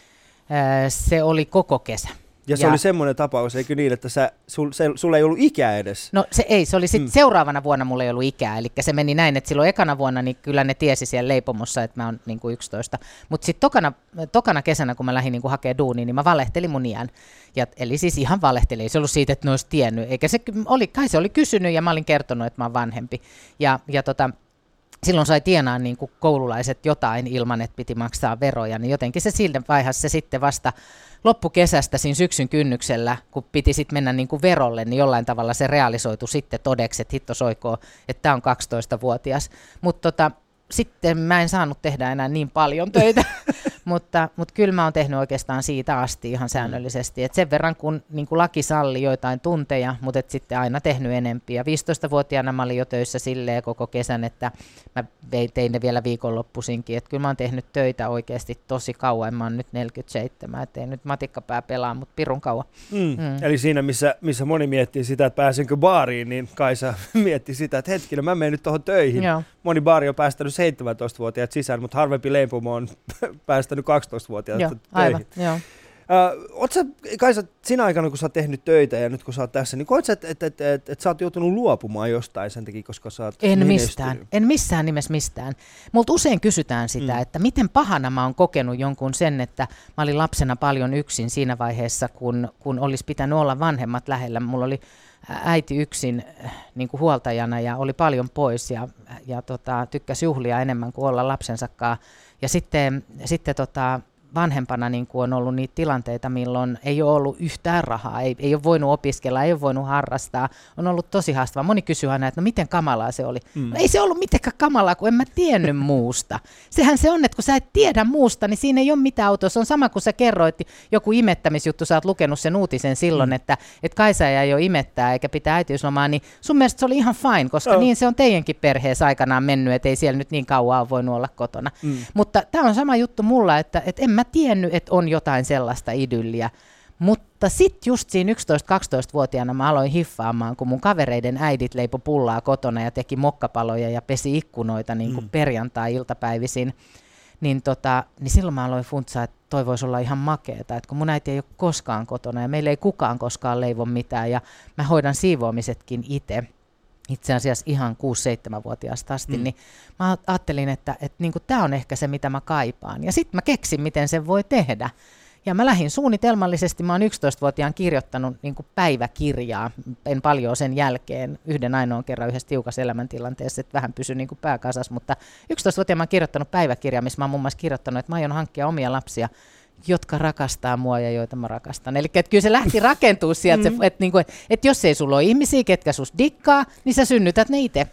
Se oli koko kesä. Ja se ja. oli semmoinen tapaus, eikö niin, että sä, sul, se, sulla ei ollut ikää edes? No se ei, se oli sitten mm. seuraavana vuonna mulla ei ollut ikää, eli se meni näin, että silloin ekana vuonna niin kyllä ne tiesi siellä leipomossa, että mä oon niin kuin yksitoista. Mutta sitten tokana, tokana kesänä, kun mä lähdin niin kuin hakemaan duunia, niin mä valehtelin mun iän. Ja, eli siis ihan valehtelin, ei se ollut siitä, että ne olisi tiennyt, eikä se oli, kai se oli kysynyt ja mä olin kertonut, että mä oon vanhempi. Ja, ja tota, silloin sai tienaa niin kuin koululaiset jotain ilman, että piti maksaa veroja, niin jotenkin se siltä vaiheessa se sitten vasta loppukesästä siinä syksyn kynnyksellä, kun piti sitten mennä niin kuin verolle, niin jollain tavalla se realisoitu sitten todeksi, että hitto soikoo, että tämä on kaksitoistavuotias. Mutta tota, sitten mä en saanut tehdä enää niin paljon töitä, mutta, mutta kyllä mä oon tehnyt oikeastaan siitä asti ihan säännöllisesti. Et sen verran, kun niin kuin laki salli joitain tunteja, mutta et sitten aina tehnyt enempiä. viisitoistavuotiaana mä olin jo töissä silleen koko kesän, että mä tein ne vielä viikonloppuisinkin. Et kyllä mä oon tehnyt töitä oikeasti tosi kauan. Mä oon nyt neljäkymmentäseitsemän, ettei nyt matikkapää pelaa, mutta pirun kauan. Mm. Mm. Eli siinä, missä, missä moni miettii sitä, että pääsenkö baariin, niin Kaisa mietti sitä, että hetkinen, mä menen nyt tuohon töihin. Joo. Moni baari on päästänyt seitsemäntoistavuotiaat sisään, mutta harvempi leipomo on päästänyt kaksitoistavuotiaat joo, töihin. Aivan, joo. Uh, oot sä, Kaisa, sinä aikana, kun sä oot tehnyt töitä ja nyt kun sä oot tässä, niin koet sä, että et, et, et, et sä oot joutunut luopumaan jostain sen takia, koska sä oot En menestynyt? mistään, en missään nimessä mistään. Multa usein kysytään sitä, mm. että miten pahana mä oon kokenut jonkun sen, että mä olin lapsena paljon yksin siinä vaiheessa, kun, kun olisi pitänyt olla vanhemmat lähellä. Mulla oli äiti yksin niin kuin huoltajana ja oli paljon pois ja, ja tota, tykkäsi juhlia enemmän kuin olla lapsensakaan. Ja sitten, sitten tota, vanhempana niin kuin on ollut niitä tilanteita, milloin ei ole ollut yhtään rahaa, ei, ei ole voinut opiskella, ei ole voinut harrastaa, on ollut tosi haastavaa. Moni kysyy aina, että no miten kamalaa se oli. Mm. No ei se ollut mitenkään kamalaa, kun en mä tiennyt muusta. Sehän se on, että kun sä et tiedä muusta, niin siinä ei ole mitään autoa. Se on sama kuin sä kerroit, joku imettämisjuttu, sä oot lukenut sen uutisen silloin, mm. että, että Kaisa ei ole imettää eikä pitää äitiyslomaa, niin sun mielestä se oli ihan fine, koska oh. niin se on teidänkin perheessä aikanaan mennyt, että ei siellä nyt niin kauan ole voinut olla kotona. Mm. Mutta tämä on sama juttu mulla, että, että en mä tiennyt, että on jotain sellaista idylliä. Mutta sitten just siinä yksitoista-kaksitoistavuotiaana mä aloin hiffaamaan, kun mun kavereiden äidit leipoi pullaa kotona ja teki mokkapaloja ja pesi ikkunoita niin kuin mm. perjantai-iltapäivisin. Niin, tota, niin silloin mä aloin funtsaa, että toi voisi olla ihan makeeta, että kun mun äiti ei ole koskaan kotona ja meillä ei kukaan koskaan leivo mitään ja mä hoidan siivoamisetkin itse. Itse asiassa ihan kuusi-seitsemänvuotiaasta asti, mm. niin mä ajattelin, että, että niin tämä on ehkä se, mitä mä kaipaan. Ja sitten mä keksin, miten sen voi tehdä. Ja mä lähdin suunnitelmallisesti, mä oon yksitoistavuotiaan kirjoittanut niin kuin päiväkirjaa, en paljon sen jälkeen, yhden ainoan kerran yhdessä tiukassa elämäntilanteessa, että vähän pysyi niin kuin pää kasas, mutta yksitoistavuotiaan mä oon kirjoittanut päiväkirjaa, missä mä oon muun muassa kirjoittanut, että mä aion hankkia omia lapsia, jotka rakastaa mua ja joita mä rakastan. Eli kyllä se lähti rakentua sieltä, mm. että niinku, et jos ei sulla ole ihmisiä, ketkä sus dikkaa, niin sä synnytät ne itse.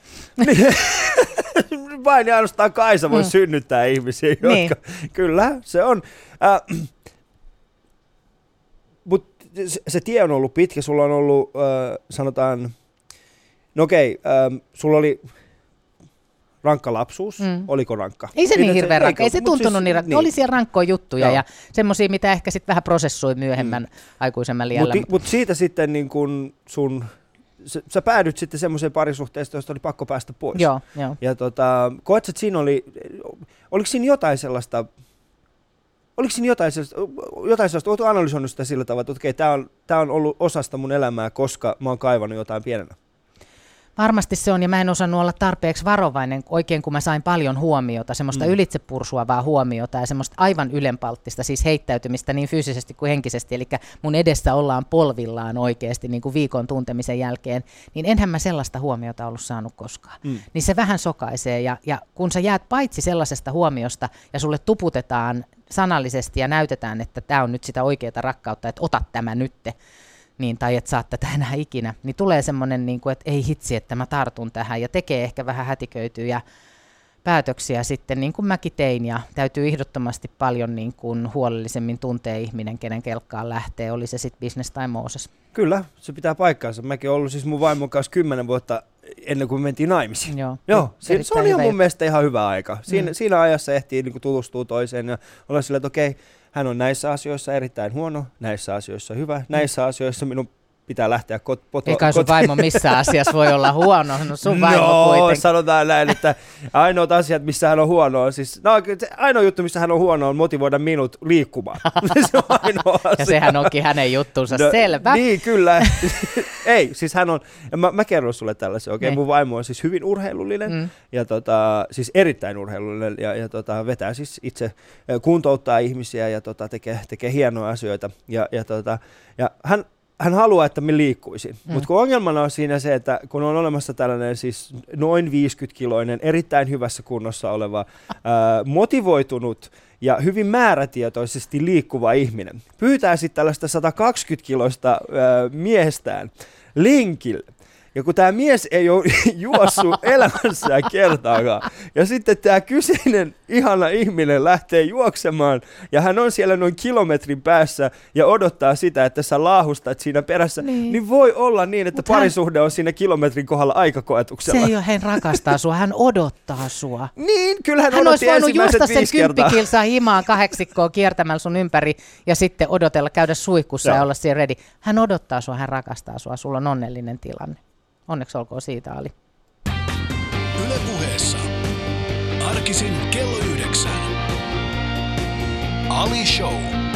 Vain ja ainoastaan Kaisa voi mm. synnyttää ihmisiä, jotka... Niin. Kyllä, se on. Äh, Mutta se, se tie on ollut pitkä, sulla on ollut, äh, sanotaan, no okei, äh, sulla oli... rankka lapsuus, mm. oliko rankka? Ei se niin hirveän rankka, ei se tuntunut siis, niin rankka. Niin. Oli siellä rankkoja juttuja Joo. ja semmoisia, mitä ehkä sitten vähän prosessui myöhemmän mm. aikuisemman liällä. Mutta mut siitä sitten niin kun sun, sä, sä päädyt sitten semmoiseen parisuhteeseen, josta oli pakko päästä pois. Joo, jo. Ja tota, koet, että siinä oli, oliko siinä jotain sellaista, oliko siinä jotain sellaista, jotain sellaista oletko analysoinut sitä sillä tavalla, että okei, tämä on, tää on ollut osasta mun elämää, koska mä oon kaivannut jotain pienenä? Varmasti se on, ja mä en osannut olla tarpeeksi varovainen, oikein kun mä sain paljon huomiota, semmoista mm. ylitsepursuavaa huomiota ja semmoista aivan ylenpalttista, siis heittäytymistä niin fyysisesti kuin henkisesti, eli mun edessä ollaan polvillaan oikeasti niin kuin viikon tuntemisen jälkeen, niin enhän mä sellaista huomiota ollut saanut koskaan. Mm. Niin se vähän sokaisee, ja, ja kun sä jäät paitsi sellaisesta huomiosta, ja sulle tuputetaan sanallisesti ja näytetään, että tämä on nyt sitä oikeaa rakkautta, että ota tämä nytte, niin, tai et saa tätä enää ikinä, niin tulee semmoinen, niin kuin, että ei hitsi, että mä tartun tähän, ja tekee ehkä vähän hätiköityjä päätöksiä sitten, niin kuin mäkin tein, ja täytyy ehdottomasti paljon niin kuin huolellisemmin tuntea ihminen, kenen kelkkaan lähtee, oli se sitten business tai Mooses. Kyllä, se pitää paikkaansa. Mäkin olen ollut siis mun vaimon kanssa kymmenen vuotta ennen kuin me mentiin naimisiin. Joo, Joo se, se on ihan mun juttu. mielestä ihan hyvä aika. Siinä, mm. siinä ajassa ehtii niin kuin tutustua toiseen ja olla silleen, että okei, hän on näissä asioissa erittäin huono, näissä asioissa hyvä, näissä asioissa minun pitää lähteä kot- poto- Ei kai sun vaimo missään asiassa voi olla huono, no sun vaimo no, kuitenkin. sanotaan näin, että ainoat asiat, missä hän on huono, on siis, no, ainoa juttu, missä hän on huono, on motivoida minut liikkumaan. Se on ainoa asia. Ja sehän onkin hänen juttunsa, no, selvä. Niin, kyllä. Ei, siis hän on, mä, mä kerron sulle tällaisen, okei, okay? Niin. Mun vaimo on siis hyvin urheilullinen, mm. ja tota, siis erittäin urheilullinen, ja, ja tota, vetää siis itse, kuntouttaa ihmisiä, ja tota, tekee, tekee hienoja asioita, ja, ja, tota, ja hän, hän haluaa, että me liikkuisin, mm. mutta kun ongelmana on siinä se, että kun on olemassa tällainen siis noin viisikymmenkiloinen, erittäin hyvässä kunnossa oleva, ää, motivoitunut ja hyvin määrätietoisesti liikkuva ihminen, pyytää sitten tällaista sata kaksikymmentä kiloista ää, miehestään lenkille. Ja kun tämä mies ei ole juossut elämässään kertaakaan, ja sitten tämä kyseinen ihana ihminen lähtee juoksemaan, ja hän on siellä noin kilometrin päässä ja odottaa sitä, että sä laahustat siinä perässä, niin, niin voi olla niin, että Mut parisuhde hän... on siinä kilometrin kohdalla aikakoetuksella. Se ei ole, hän rakastaa sua, hän odottaa sua. Niin, kyllähän hän odotti olisi voinut juosta sen kertaa. kymppikilsaa himaan kahdeksikkoa kiertämällä sun ympäri, ja sitten odotella, käydä suihkussa Joo. ja olla siellä ready. Hän odottaa sua, hän rakastaa sua, sulla on onnellinen tilanne. Onneksi olkoon siitä, Ali. Yle Puheessa. Arkisin kello yhdeksän. Ali Show.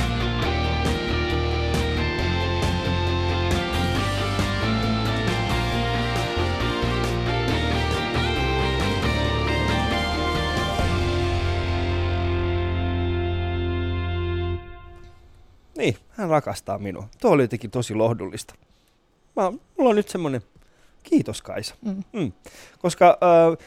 Niin, hän rakastaa minua. Tuo oli jotenkin tosi lohdullista. Mä, mulla on nyt semmoinen... Kiitos, Kaisa. Mm. Mm. Koska äh,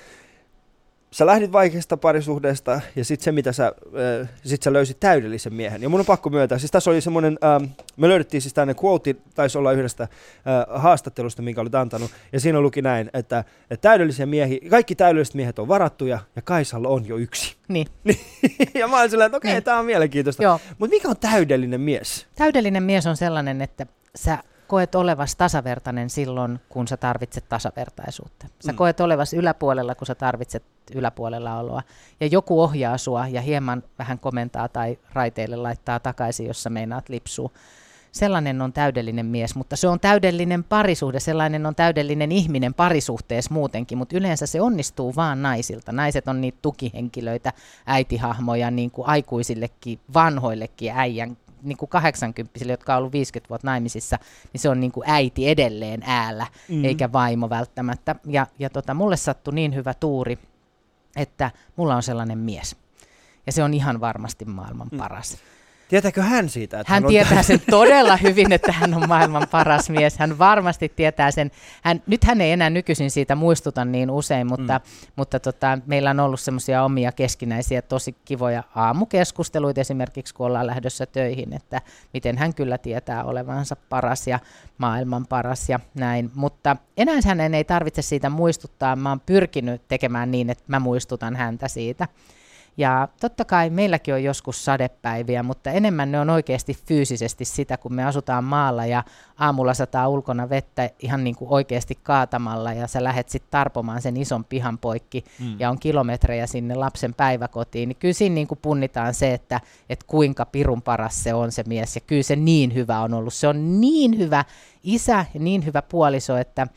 sä lähdit vaikeasta parisuhteesta ja sitten se, mitä sä, äh, sit sä löysit täydellisen miehen. Ja mun on pakko myöntää, siis tässä oli semmoinen, äh, me löydettiin siis tämmöinen quote, taisi olla yhdestä äh, haastattelusta, minkä olit antanut, ja siinä luki näin, että, että täydellisiä miehiä, kaikki täydelliset miehet on varattuja ja Kaisalla on jo yksi. Niin. Ja mä olin silleen, että okei, okay, niin. Tää on mielenkiintoista. Mutta mikä on täydellinen mies? Täydellinen mies on sellainen, että sä koet olevas tasavertainen silloin, kun sä tarvitset tasavertaisuutta. Sä mm. koet olevas yläpuolella, kun sä tarvitset yläpuolella oloa. Ja joku ohjaa sua ja hieman vähän komentaa tai raiteille laittaa takaisin, jos sä meinaat lipsua. Sellainen on täydellinen mies, mutta se on täydellinen parisuhde, sellainen on täydellinen ihminen parisuhteessa muutenkin, mutta yleensä se onnistuu vaan naisilta. Naiset on niitä tukihenkilöitä, äitihahmoja, niin kuin aikuisillekin, vanhoillekin äijän, niin kuin kahdeksankymppisille, jotka on ollut viisikymmentä vuotta naimisissa, niin se on niin kuin äiti edelleen äällä, mm-hmm. eikä vaimo välttämättä. Ja, ja tota, mulle sattui niin hyvä tuuri, että mulla on sellainen mies. Ja se on ihan varmasti maailman paras. Mm. Tietääkö hän siitä? Että hän hän tietää on... sen todella hyvin, että hän on maailman paras mies. Hän varmasti tietää sen. Hän, nyt hän ei enää nykyisin siitä muistuta niin usein, mutta, mm. mutta tota, meillä on ollut semmoisia omia keskinäisiä tosi kivoja aamukeskusteluita esimerkiksi, kun ollaan lähdössä töihin, että miten hän kyllä tietää olevansa paras ja maailman paras ja näin. Mutta enää hänen ei tarvitse siitä muistuttaa. Mä oon pyrkinyt tekemään niin, että mä muistutan häntä siitä. Ja totta kai meilläkin on joskus sadepäiviä, mutta enemmän ne on oikeasti fyysisesti sitä, kun me asutaan maalla ja aamulla sataa ulkona vettä ihan niin kuin oikeasti kaatamalla ja sä lähdet sitten tarpomaan sen ison pihan poikki mm. ja on kilometrejä sinne lapsen päiväkotiin, niin kyllä siinä niin kuin punnitaan se, että, että kuinka pirun paras se on se mies ja kyllä se niin hyvä on ollut. Se on niin hyvä isä ja niin hyvä puoliso, että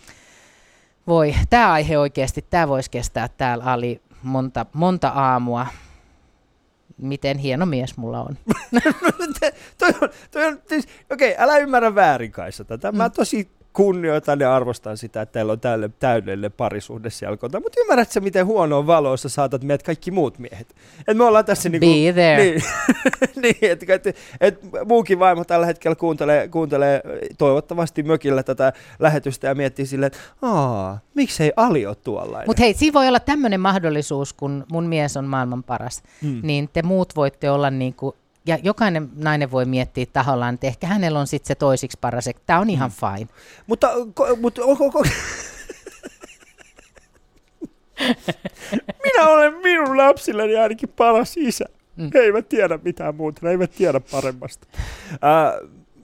voi, tämä aihe oikeasti, tämä voisi kestää täällä Ali monta, monta aamua. Miten hieno mies mulla on. toi on, toi on siis, okei, älä ymmärrä väärin, Kaisa, tätä. Mm. Mä tosi kunnioitan ja arvostan sitä, että teillä on tälle täydellinen parisuhde siellä kotona. Mutta ymmärrätkö sä, miten huonoon valossa saatat meidät kaikki muut miehet? Et me ollaan tässä niinku... Be there. Niin, niin että et, et muukin vaimo tällä hetkellä kuuntelee, kuuntelee toivottavasti mökillä tätä lähetystä ja miettii silleen, että aah, miksei Ali ole tuollainen? Mutta hei, siinä voi olla tämmöinen mahdollisuus, kun mun mies on maailman paras, hmm. niin te muut voitte olla niin kuin, ja jokainen nainen voi miettiä tahollaan, että ehkä hänellä on sitten se toisiksi paras. Tämä on ihan hmm. fine. Mutta, ko, mutta onko... Minä olen minun lapsilleni ainakin paras isä. Mm. He eivät tiedä mitään muuta, he eivät tiedä paremmasta. Äh,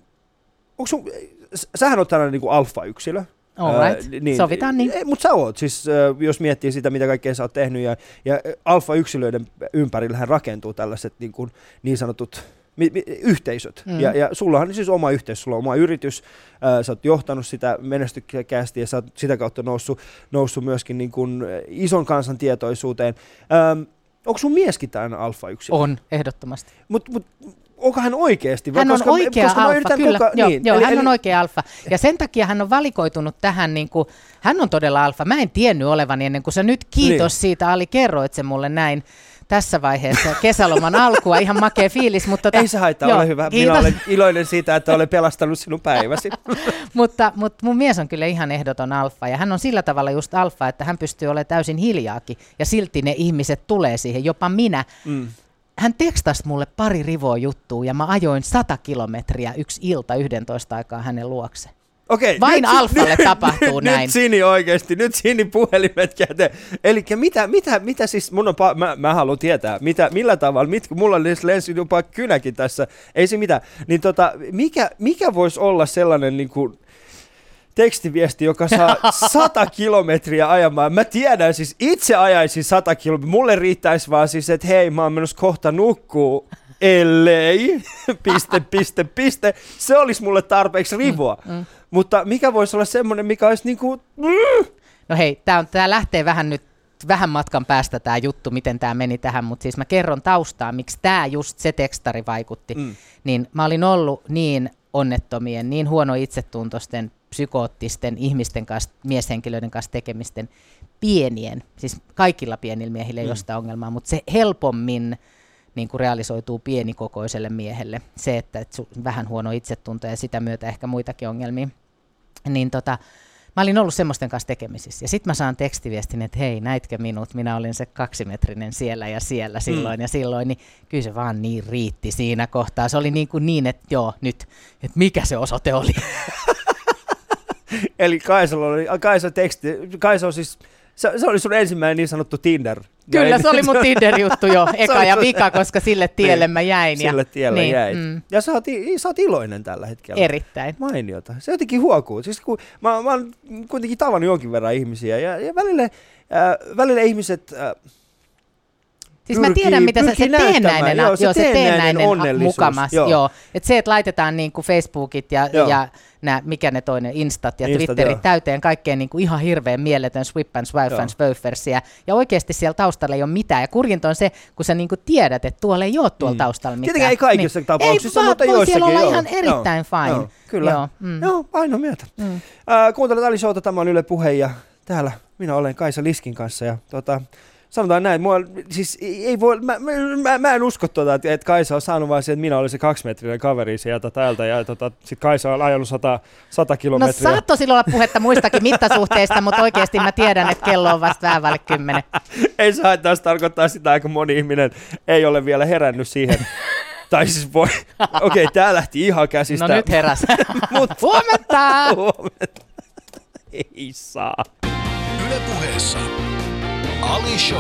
onko sun, sähän oot tällainen niin kuin alfa-yksilö. Alright, äh, niin, sovitaan niin. Mutta sä oot, siis äh, jos miettii sitä, mitä kaikkea sä oot tehnyt, ja, ja alfa-yksilöiden ympärillähän rakentuu tällaiset niin, kuin, niin sanotut mi, mi, yhteisöt. Mm. Ja, ja sullahan on siis oma yhteisö, sulla on oma yritys, äh, sä oot johtanut sitä menestykkäästi, ja sä oot sitä kautta noussut, noussut myöskin niin kuin ison kansan tietoisuuteen. Ähm, onko sun mieskin tällainen alfa-yksilö? On, ehdottomasti. Mut, mut, onko hän oikeasti? Hän on koska, oikea koska alfa, kyllä. Koka, joo, niin, joo, eli, hän eli, on oikea alfa. Ja sen takia hän on valikoitunut tähän, niin kuin, hän on todella alfa. Mä en tiennyt olevani ennen kuin sä nyt kiitos niin. siitä, Ali, kerroit se mulle näin tässä vaiheessa kesäloman alkua. Ihan makea fiilis. Mutta tota, ei se haittaa, joo, ole hyvä. Kiitos. Minä olen iloinen siitä, että olen pelastanut sinun päiväsi. mutta, mutta mun mies on kyllä ihan ehdoton alfa. Ja hän on sillä tavalla just alfa, että hän pystyy olemaan täysin hiljaakin. Ja silti ne ihmiset tulee siihen, jopa minä. Mm. Hän tekstasi mulle pari rivoa juttua ja mä ajoin sata kilometriä yksi ilta yhdentoista aikaa hänen luokse. Okei, vain nyt, alfalle nyt, tapahtuu nyt, näin. Nyt Sini oikeasti, nyt Sini puhelimet käteen. Eli mitä, mitä, mitä siis, mun on pa- mä, mä haluan tietää, mitä, millä tavalla, mit, mulla lensi jopa kynäkin tässä, ei se mitään. Niin tota, mikä, mikä voisi olla sellainen niin kuin tekstiviesti, joka saa sata kilometriä ajamaan. Mä tiedän, siis itse ajaisin sata kilometriä. Mulle riittäisi vaan siis, että hei, mä oon menossa kohta nukkuu, ellei, piste, piste, piste. Se olisi mulle tarpeeksi rivoa. Mm, mm. Mutta mikä voisi olla semmoinen, mikä olisi niin kuin... Mm. No hei, tää, on, tää lähtee vähän nyt, vähän matkan päästä tää juttu, miten tää meni tähän, mutta siis mä kerron taustaa, miksi tää just se tekstari vaikutti. Mm. Niin mä olin ollut niin onnettomien, niin huono itsetuntoisten, psykoottisten ihmisten kanssa, mieshenkilöiden kanssa tekemisten pienien, siis kaikilla pienillä miehillä ei mm. ole sitä ongelmaa, mutta se helpommin niin kuin realisoituu pienikokoiselle miehelle, se, että et vähän huono itsetunto ja sitä myötä ehkä muitakin ongelmia, niin tota, mä olin ollut semmoisten kanssa tekemisissä. Ja sitten mä saan tekstiviestin, että hei, näitkö minut, minä olin se kaksimetrinen siellä ja siellä silloin mm. ja silloin, niin kyllä se vaan niin riitti siinä kohtaa. Se oli niin kuin niin, että joo, nyt, että mikä se osoite oli. Eli Kaisalla oli, Kaisa teksti, Kaisa on siis, se, se oli sun ensimmäinen niin sanottu Tinder. Kyllä, Näin. se oli mun Tinder-juttu jo, eka ja vika, koska sille tielle niin, mä jäin. Sille ja, tielle niin, jäit. Mm. Ja sä oot, sä oot iloinen tällä hetkellä. Erittäin. Mainiota. Se jotenkin huokuu. Siis kun, mä, mä oon kuitenkin tavannut jonkin verran ihmisiä ja, ja välillä, äh, välillä ihmiset... Äh, Siis mä tiedän, mitä se, se teennäinen, joo, se, joo, se teennäinen onnellisuus. mukamas, joo. Joo. Että se, että laitetaan niin kuin Facebookit ja, ja nää, mikä ne toinen, Instat ja Instat, Twitterit joo. täyteen kaikkeen niin kuin ihan hirveän mieletön swip and swipe and swöfersiä. Ja oikeasti siellä taustalla ei ole mitään. Ja kurjinta on se, kun sä niin kuin tiedät, että tuolla ei ole tuolla mm. taustalla mitään. Tietenkin ei kaikissa niin. tapauksissa, ei, mutta voi joissakin. Siellä olla joo. ihan erittäin joo. fine. Joo, kyllä. Joo, mm. joo ainoa myötä. Mm. Äh, kuuntelet Ali Showta, tämä on Yle Puhe ja täällä minä olen Kaisa Liskin kanssa ja tota... Sanotaan näin, mua, siis ei voi, mä, mä, mä en usko tuota, että, että Kaisa on saanut vaan siihen, että minä olin se kaksimetrinen kaveri sieltä täältä ja tota, sitten Kaisa on ajanut sata, sata kilometriä. No saattoi silloin olla puhetta muistakin mittasuhteista, mutta oikeasti mä tiedän, että kello on vasta vähän vaille kymmenen. Ei saa, että taas tarkoittaa sitä, että moni ihminen ei ole vielä herännyt siihen. Tai siis voi, okei, okay, tää lähti ihan käsistä. No nyt heräs. Mut, huomenta! Huomenta! Ei saa. Yle Puheessa Ali Show.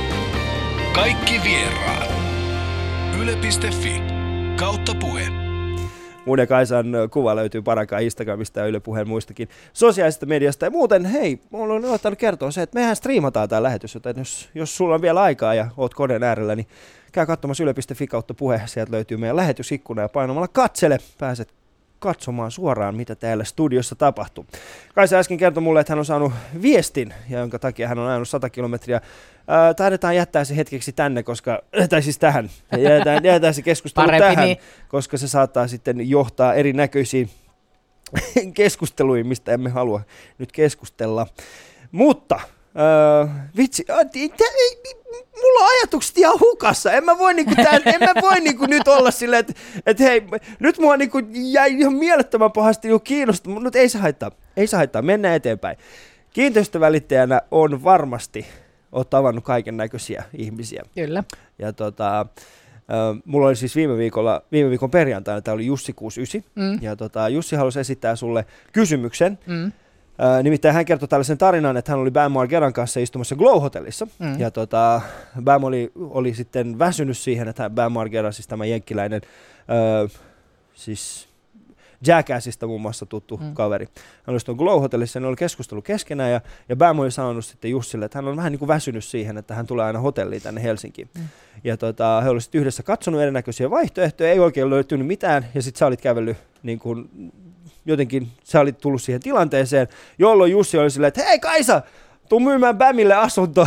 Kaikki vieraat. Yle piste fi kautta puhe. Mun ja Kaisan kuva löytyy paraikaa Instagramista ja Yle Puheen muistakin sosiaalisesta mediasta. Ja muuten, hei, mulla on ottanut kertoa se, että mehän striimataan tää lähetys, joten jos, jos sulla on vielä aikaa ja oot koneen äärellä, niin käy katsomassa Yle piste fi kautta puhe. Sieltä löytyy meidän lähetysikkuna ja painamalla katsele pääset katsomaan suoraan, mitä täällä studiossa tapahtuu. Kaisa äsken kertoi mulle, että hän on saanut viestin, ja jonka takia hän on ajanut sata kilometriä. Ää, taidetaan jättää se hetkeksi tänne, koska, tai siis tähän, jätetään, jätetään se keskustelu Parempi tähän, niin. koska se saattaa sitten johtaa erinäköisiin keskusteluihin, mistä emme halua nyt keskustella. Mutta, ää, vitsi, ä, tä, mulla on ajatukset ihan hukassa. En mä voi, niinku, tämän, en mä voi niinku, nyt olla silleen, että et, hei, nyt mua niinku, jäi ihan mielettömän pahasti niinku, kiinnostunut, mutta nyt ei se haittaa. Ei se haittaa, mennään eteenpäin. Kiinteistövälittäjänä on varmasti, oot tavannut kaiken näköisiä ihmisiä. Kyllä. Ja tota, äh, mulla oli siis viime viikolla, viime viikon perjantaina, tää oli Jussi kuusikymmentäyhdeksän, mm. ja tota, Jussi halusi esittää sulle kysymyksen. Mm. Äh, nimittäin hän kertoi tällaisen tarinan, että hän oli Bam Margeran kanssa istumassa Glow-hotellissa. Mm. Ja tota, Bam oli, oli sitten väsynyt siihen, että Bam Margera, siis tämä jenkkiläinen, äh, siis Jackassista muun muassa tuttu mm. kaveri. Hän oli sitten Glow-hotellissa ja ne oli keskustellut keskenään ja, ja Bam oli sanonut sitten Jussille, että hän on vähän niin kuin väsynyt siihen, että hän tulee aina hotelliin tänne Helsinkiin. Mm. Ja tota, he olisivat yhdessä katsonut erinäköisiä vaihtoehtoja, ei oikein löytynyt mitään ja sitten sä olit kävellyt niin kuin jotenkin sä olit tullut siihen tilanteeseen, jolloin Jussi oli silleen, että hei Kaisa, tuu myymään Bämille asunto.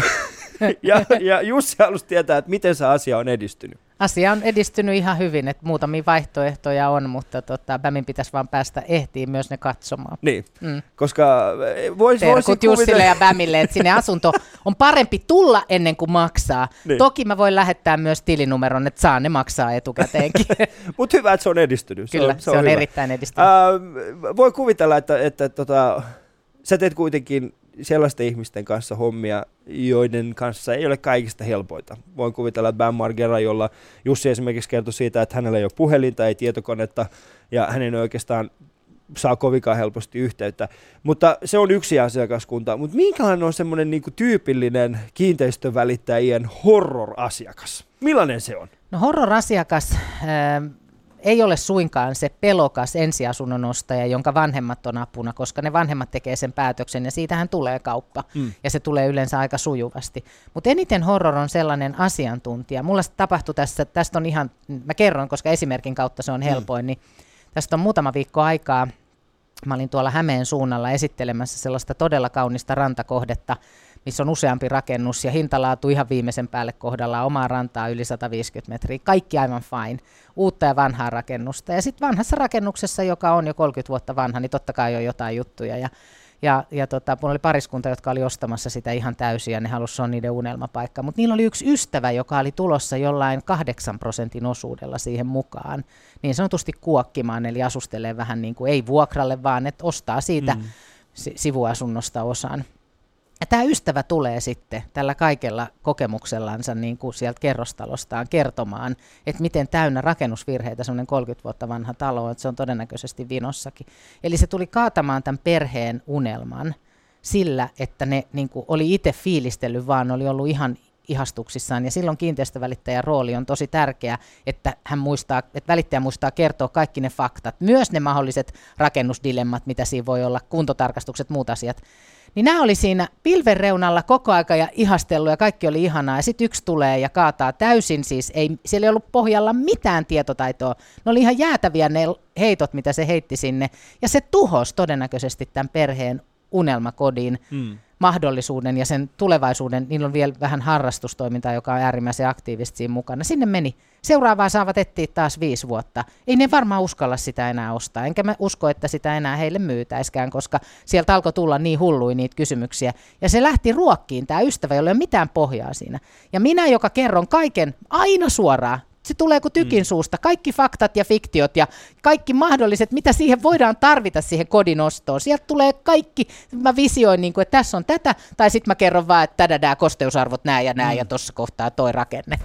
ja, ja Jussi halusi tietää, että miten se asia on edistynyt. Asia on edistynyt ihan hyvin, että muutamia vaihtoehtoja on, mutta tota, Bämin pitäisi vaan päästä ehtiin myös ne katsomaan. Niin, mm. koska vois, Terkut Jussille ja Bämille, että sinne asunto on parempi tulla ennen kuin maksaa. Niin. Toki mä voin lähettää myös tilinumeron, että saa ne maksaa etukäteenkin. Mutta hyvä, että se on edistynyt. Kyllä, se on, se on, se on erittäin edistynyt. Äh, voi kuvitella, että, että tota, sä teet kuitenkin sellaisten ihmisten kanssa hommia, joiden kanssa ei ole kaikista helpoita. Voin kuvitella, että Bam Margera, jolla Jussi esimerkiksi kertoi siitä, että hänellä ei ole puhelinta, ei tietokonetta, ja hänen oikeastaan saa kovinkaan helposti yhteyttä. Mutta se on yksi asiakaskunta. Mutta minkälainen on semmoinen niinku tyypillinen kiinteistövälittäjien horror-asiakas? Millainen se on? No horror-asiakas äh, ei ole suinkaan se pelokas ensiasunnon ostaja, jonka vanhemmat on apuna, koska ne vanhemmat tekee sen päätöksen ja siitähän tulee kauppa mm. ja se tulee yleensä aika sujuvasti. Mutta eniten horror on sellainen asiantuntija. Mulla tapahtui tässä, tästä on ihan, mä kerron, koska esimerkin kautta se on helpoin, mm. niin tästä on muutama viikko aikaa. Mä olin tuolla Hämeen suunnalla esittelemässä sellaista todella kaunista rantakohdetta, missä on useampi rakennus ja hintalaatu ihan viimeisen päälle kohdallaan, omaa rantaa yli sata viisikymmentä metriä, kaikki aivan fine, uutta ja vanhaa rakennusta. Ja sitten vanhassa rakennuksessa, joka on jo kolmekymmentä vuotta vanha, niin totta kai on jotain juttuja. Ja, ja, ja tota, mulla oli pariskunta, jotka oli ostamassa sitä ihan täysin ja ne halusi, se on niiden unelmapaikka. Mutta niillä oli yksi ystävä, joka oli tulossa jollain kahdeksan prosentin osuudella siihen mukaan, niin sanotusti kuokkimaan, eli asustelee vähän niin kuin ei vuokralle, vaan että ostaa siitä mm. si- sivuasunnosta osan. Ja tämä ystävä tulee sitten tällä kaikella kokemuksellansa niin kuin sieltä kerrostalostaan kertomaan, että miten täynnä rakennusvirheitä semmoinen kolmekymmentä vuotta vanha talo on, että se on todennäköisesti vinossakin. Eli se tuli kaatamaan tämän perheen unelman sillä, että ne niin kuin oli itse fiilistellyt, vaan oli ollut ihan ihastuksissaan. Ja silloin kiinteistövälittäjän rooli on tosi tärkeä, että, hän muistaa, että välittäjä muistaa kertoa kaikki ne faktat, myös ne mahdolliset rakennusdilemmat, mitä siinä voi olla, kuntotarkastukset, muut asiat. Niin nämä oli siinä pilven reunalla koko aika ja ihastellut ja kaikki oli ihanaa. Ja sitten yksi tulee ja kaataa täysin, siis ei, siellä ei ollut pohjalla mitään tietotaitoa. Ne oli ihan jäätäviä ne heitot, mitä se heitti sinne. Ja se tuhosi todennäköisesti tämän perheen unelmakodin mm. mahdollisuuden ja sen tulevaisuuden. Niillä on vielä vähän harrastustoimintaa, joka on äärimmäisen aktiivisesti siinä mukana. Sinne meni. Seuraavaa saavat etsiä taas viisi vuotta. Ei ne varmaan uskalla sitä enää ostaa, enkä mä usko, että sitä enää heille myytäiskään, koska sieltä alkoi tulla niin hulluja niitä kysymyksiä. Ja se lähti ruokkiin, tämä ystävä, jolla ei ole mitään pohjaa siinä. Ja minä, joka kerron kaiken aina suoraan, se tulee kuin tykin suusta, kaikki faktat ja fiktiot ja kaikki mahdolliset, mitä siihen voidaan tarvita siihen kodin ostoon. Sieltä tulee kaikki, mä visioin, niin kuin, että tässä on tätä, tai sitten mä kerron vaan, että tädä kosteusarvot nää ja nää mm. ja tuossa kohtaa toi rakenne.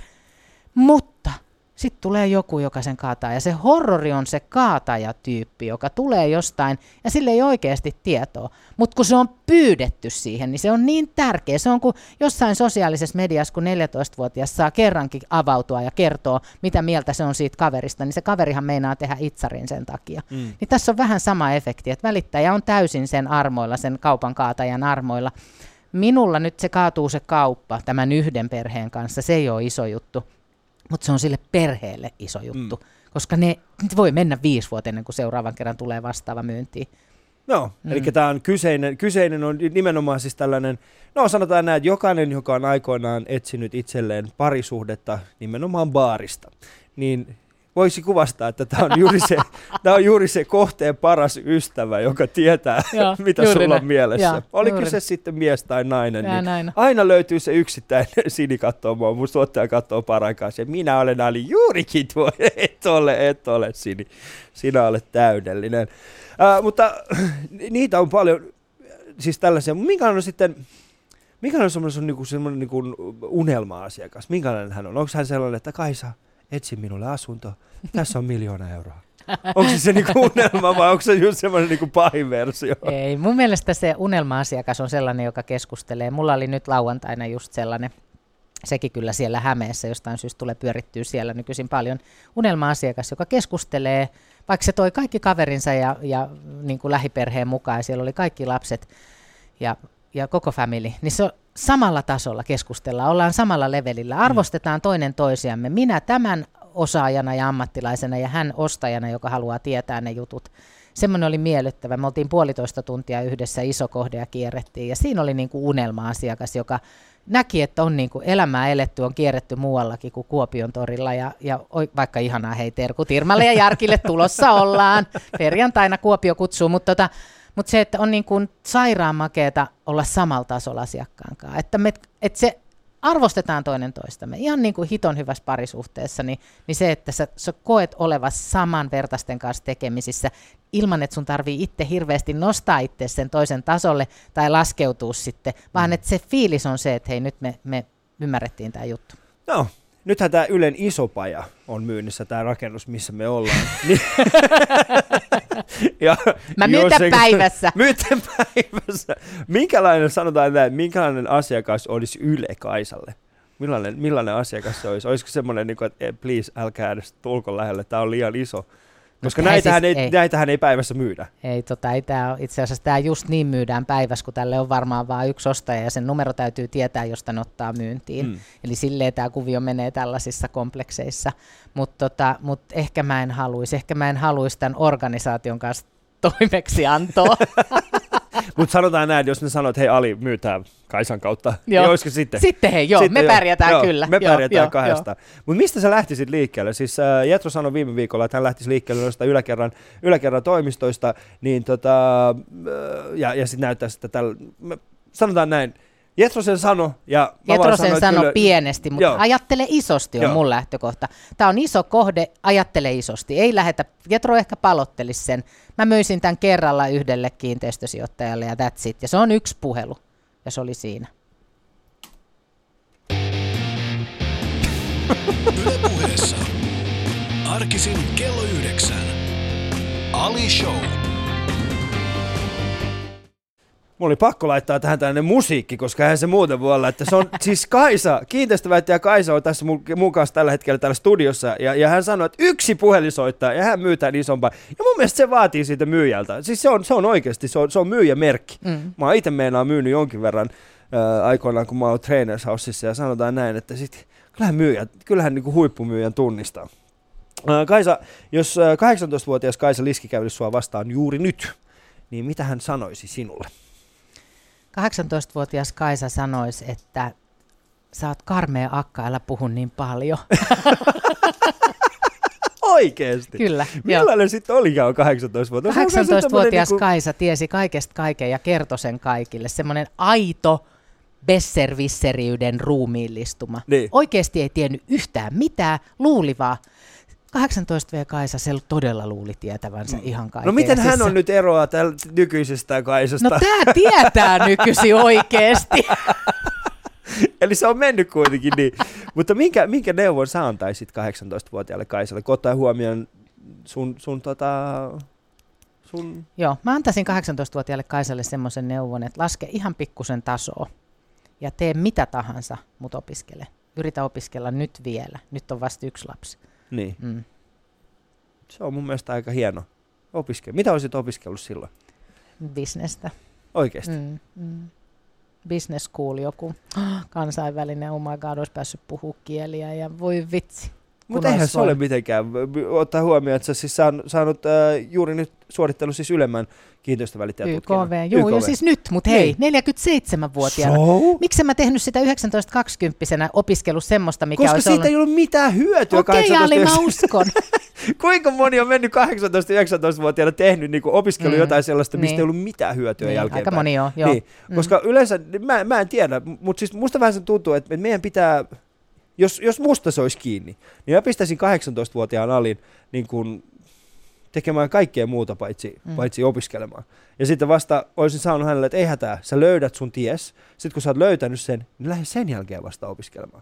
Mutta sitten tulee joku, joka sen kaataa, ja se horrori on se kaatajatyyppi, joka tulee jostain, ja sille ei oikeasti tietoa. Mutta kun se on pyydetty siihen, niin se on niin tärkeä. Se on kuin jossain sosiaalisessa mediassa, kun neljätoistavuotias saa kerrankin avautua ja kertoa, mitä mieltä se on siitä kaverista, niin se kaverihan meinaa tehdä itsarin sen takia. Mm. Niin tässä on vähän sama efekti, että välittäjä on täysin sen armoilla, sen kaupan kaatajan armoilla. Minulla nyt se kaatuu se kauppa tämän yhden perheen kanssa, se ei ole iso juttu. Mutta se on sille perheelle iso juttu, mm. koska ne voi mennä viisi vuotta ennen kuin seuraavan kerran tulee vastaava myyntiin. No, mm. eli tämä on kyseinen, kyseinen on nimenomaan siis tällainen, no sanotaan näin, että jokainen, joka on aikoinaan etsinyt itselleen parisuhdetta nimenomaan baarista, niin voisi kuvastaa, että tämä on juuri se, tämä on juuri se kohteen paras ystävä, joka tietää, Joo, mitä sulla on ne. mielessä. Ja, Oli juuri. kyse sitten mies tai nainen, ja niin näin. aina löytyy se yksittäinen Sini kattoo mua, mun tuottaja kattoo paraikaan ja minä olen Ali juurikin tuo, et ole, et ole Sini, sinä olet täydellinen. Uh, mutta niitä on paljon, siis tällaisia, minkälainen on sitten, minkälainen on semmoinen, niin kuin, semmoinen niin kuin unelma-asiakas, minkälainen hän on, onko hän sellainen, että Kaisa, etsi minulle asunto, tässä on miljoona euroa. Onko se se niinku unelma vai onko se just semmoinen niinku pahin versio? Ei, mun mielestä se unelma-asiakas on sellainen, joka keskustelee. Mulla oli nyt lauantaina just sellainen, sekin kyllä siellä Hämeessä, jostain syystä tulee pyörittyä siellä nykyisin paljon, unelma-asiakas, joka keskustelee, vaikka se toi kaikki kaverinsa ja, ja niin kuin lähiperheen mukaan, ja siellä oli kaikki lapset ja, ja koko family, niin se on samalla tasolla keskustellaan, ollaan samalla levelillä, arvostetaan toinen toisiamme, minä tämän osaajana ja ammattilaisena ja hän ostajana, joka haluaa tietää ne jutut. Semmoinen oli miellyttävä. Me oltiin puolitoista tuntia yhdessä, iso kohde ja kierrettiin. Ja siinä oli niin kuin unelma-asiakas, joka näki, että on niin kuin elämää eletty, on kierretty muuallakin kuin Kuopion torilla. Ja, ja vaikka ihanaa, hei terkut Irmalle ja Jarkille, tulossa ollaan. Perjantaina Kuopio kutsuu, mutta tota, mutta se, että on niin kuin sairaan makeeta olla samalla tasolla asiakkaan kanssa. Että, me, että se arvostetaan toinen toistamme. Ihan niin kuin hiton hyvässä parisuhteessa, niin, niin se, että sä, sä koet olevas samanvertaisten kanssa tekemisissä ilman, että sun tarvii itse hirveästi nostaa itse sen toisen tasolle tai laskeutua sitten, vaan että se fiilis on se, että hei, nyt me, me ymmärrettiin tämä juttu. No, nythän tämä Ylen isopaja on myynnissä, tämä rakennus, missä me ollaan. ja Mä myytän päivässä. Myytän päivässä. Minkälainen, sanotaan näin, minkälainen asiakas olisi Yle Kaisalle? Millainen, millainen asiakas se olisi? Olisiko semmoinen, niin kuin, että please, älkää edes tulko lähelle, tämä on liian iso. Koska no, näitähän, siis, ei, ei. näitähän ei päivässä myydä. Ei, tota, ei tää, itse asiassa tämä just niin myydään päivässä, kun tälle on varmaan vain yksi ostaja ja sen numero täytyy tietää, josta ne ottaa myyntiin. Mm. Eli silleen tämä kuvio menee tällaisissa komplekseissa. Mutta tota, mut ehkä mä en haluaisi, ehkä mä en haluaisi tämän organisaation kanssa toimeksiantoa. Mutta sanotaan näin, jos ne sanoo, että hei Ali, myytään Kaisan kautta, joo. Niin olisiko sitten? Sitten hei, joo, sitten me pärjätään joo, kyllä. Me pärjätään joo, kahdesta. Mutta mistä sä lähtisit liikkeelle? Siis äh, Jetro sanoi viime viikolla, että hän lähtisi liikkeelle noista yläkerran, yläkerran toimistoista, niin tota, äh, ja, ja sitten näyttää sitä tällä, sanotaan näin, Jetro sen sanoi. Ja Jetro sen sanoi kyllä pienesti, mutta joo. ajattele isosti on joo. mun lähtökohta. Tämä on iso kohde, ajattele isosti. Ei lähetä, Jetro ehkä palottelisi sen. Mä myisin tämän kerralla yhdelle kiinteistösijoittajalle ja that's it. Ja se on yksi puhelu. Ja se oli siinä. Yle Puheessa. Arkisin kello yhdeksän. Ali Show. Mulla oli pakko laittaa tähän tällainen musiikki, koska eihän se muuten voi olla, että se on siis Kaisa, kiinteistöväittäjä Kaisa on tässä mun, mun kanssa tällä hetkellä täällä studiossa, ja, ja hän sanoi, että yksi puhelin soittaa, ja hän myy tämän isompaa, ja mun mielestä se vaatii siitä myyjältä, siis se on, se on oikeasti, se on, se on myyjämerkki. Mm. Mä oon itse meinaan myynyt jonkin verran äh, aikoinaan, kun mä oon Trainers Houseissa, ja sanotaan näin, että sit, kyllähän, myyjä, kyllähän niin kuin huippumyyjän tunnistaa. Äh, Kaisa, jos äh, kahdeksantoistavuotias Kaisa Liski kävisi sua vastaan juuri nyt, niin mitä hän sanoisi sinulle? kahdeksantoistavuotias Kaisa sanoisi, että sä oot karmea akka, älä puhu niin paljon. Oikeesti? Kyllä. Millainen sitten olikaan kahdeksantoistavuotias? kahdeksantoistavuotias niin Kaisa tiesi kaikesta kaiken ja kertoi sen kaikille. Semmoinen aito besservisseriyden ruumiillistuma. Niin. Oikeasti ei tiennyt yhtään mitään, luuli vaan. kahdeksantoista-vuotias Kaisa se todella luuli tietävänsä mm. ihan kaikkea. No miten hän on nyt eroa tällä nykyisestä Kaisasta? No tää tietää nykyisin oikeesti. Eli se on mennyt kuitenkin niin. Mutta minkä, minkä neuvon sä antaisit kahdeksantoistavuotiaalle Kaisalle, kun ottaa huomioon sun, sun tota... Sun... Joo, mä antaisin kahdeksantoistavuotiaalle Kaisalle semmoisen neuvon, että laske ihan pikkusen tasoa ja tee mitä tahansa, mut opiskele. Yritä opiskella nyt vielä. Nyt on vasta yksi lapsi. Niin. Mm. Se on mun mielestä aika hieno. Opiske- Mitä olisit opiskellut silloin? Bisnestä. Oikeasti? Mm, mm. Business school, joku kansainvälinen, oh my god, olisi päässyt puhua kieliä ja voi vitsi. Mutta eihän se ole mitenkään. Ottaa huomioon, että sä siis saanut äh, juuri nyt suorittanut siis ylemmän kiinteistövälittäjätutkinnon. Y K V, joo, jo siis nyt, mutta hei, neljäkymmentäseitsemänvuotiaana. So? Miksi mä tehnyt sitä yhdeksäntoista kaksikymppisenä opiskellut semmoista, mikä Koska olisi siitä ollut... ei ollut mitään hyötyä. Okei, okay, Ali, mä uskon. Kuinka moni on mennyt kahdeksantoista-yhdeksäntoistavuotiaana tehnyt niin opiskellut mm, jotain sellaista, mistä niin. ei ollut mitään hyötyä niin, jälkeenpäin. Aika moni joo, joo. Niin, mm. Koska yleensä, mä, mä en tiedä, mutta siis musta vähän se tuntuu, että meidän pitää... Jos, jos musta se olisi kiinni, niin mä pistäisin kahdeksantoistavuotiaan Alin niin kun tekemään kaikkea muuta paitsi, mm. paitsi opiskelemaan. Ja sitten vasta olisin saanut hänelle, että ei hätää, sä löydät sun ties. Sitten kun sä oot löytänyt sen, niin lähde sen jälkeen vasta opiskelemaan.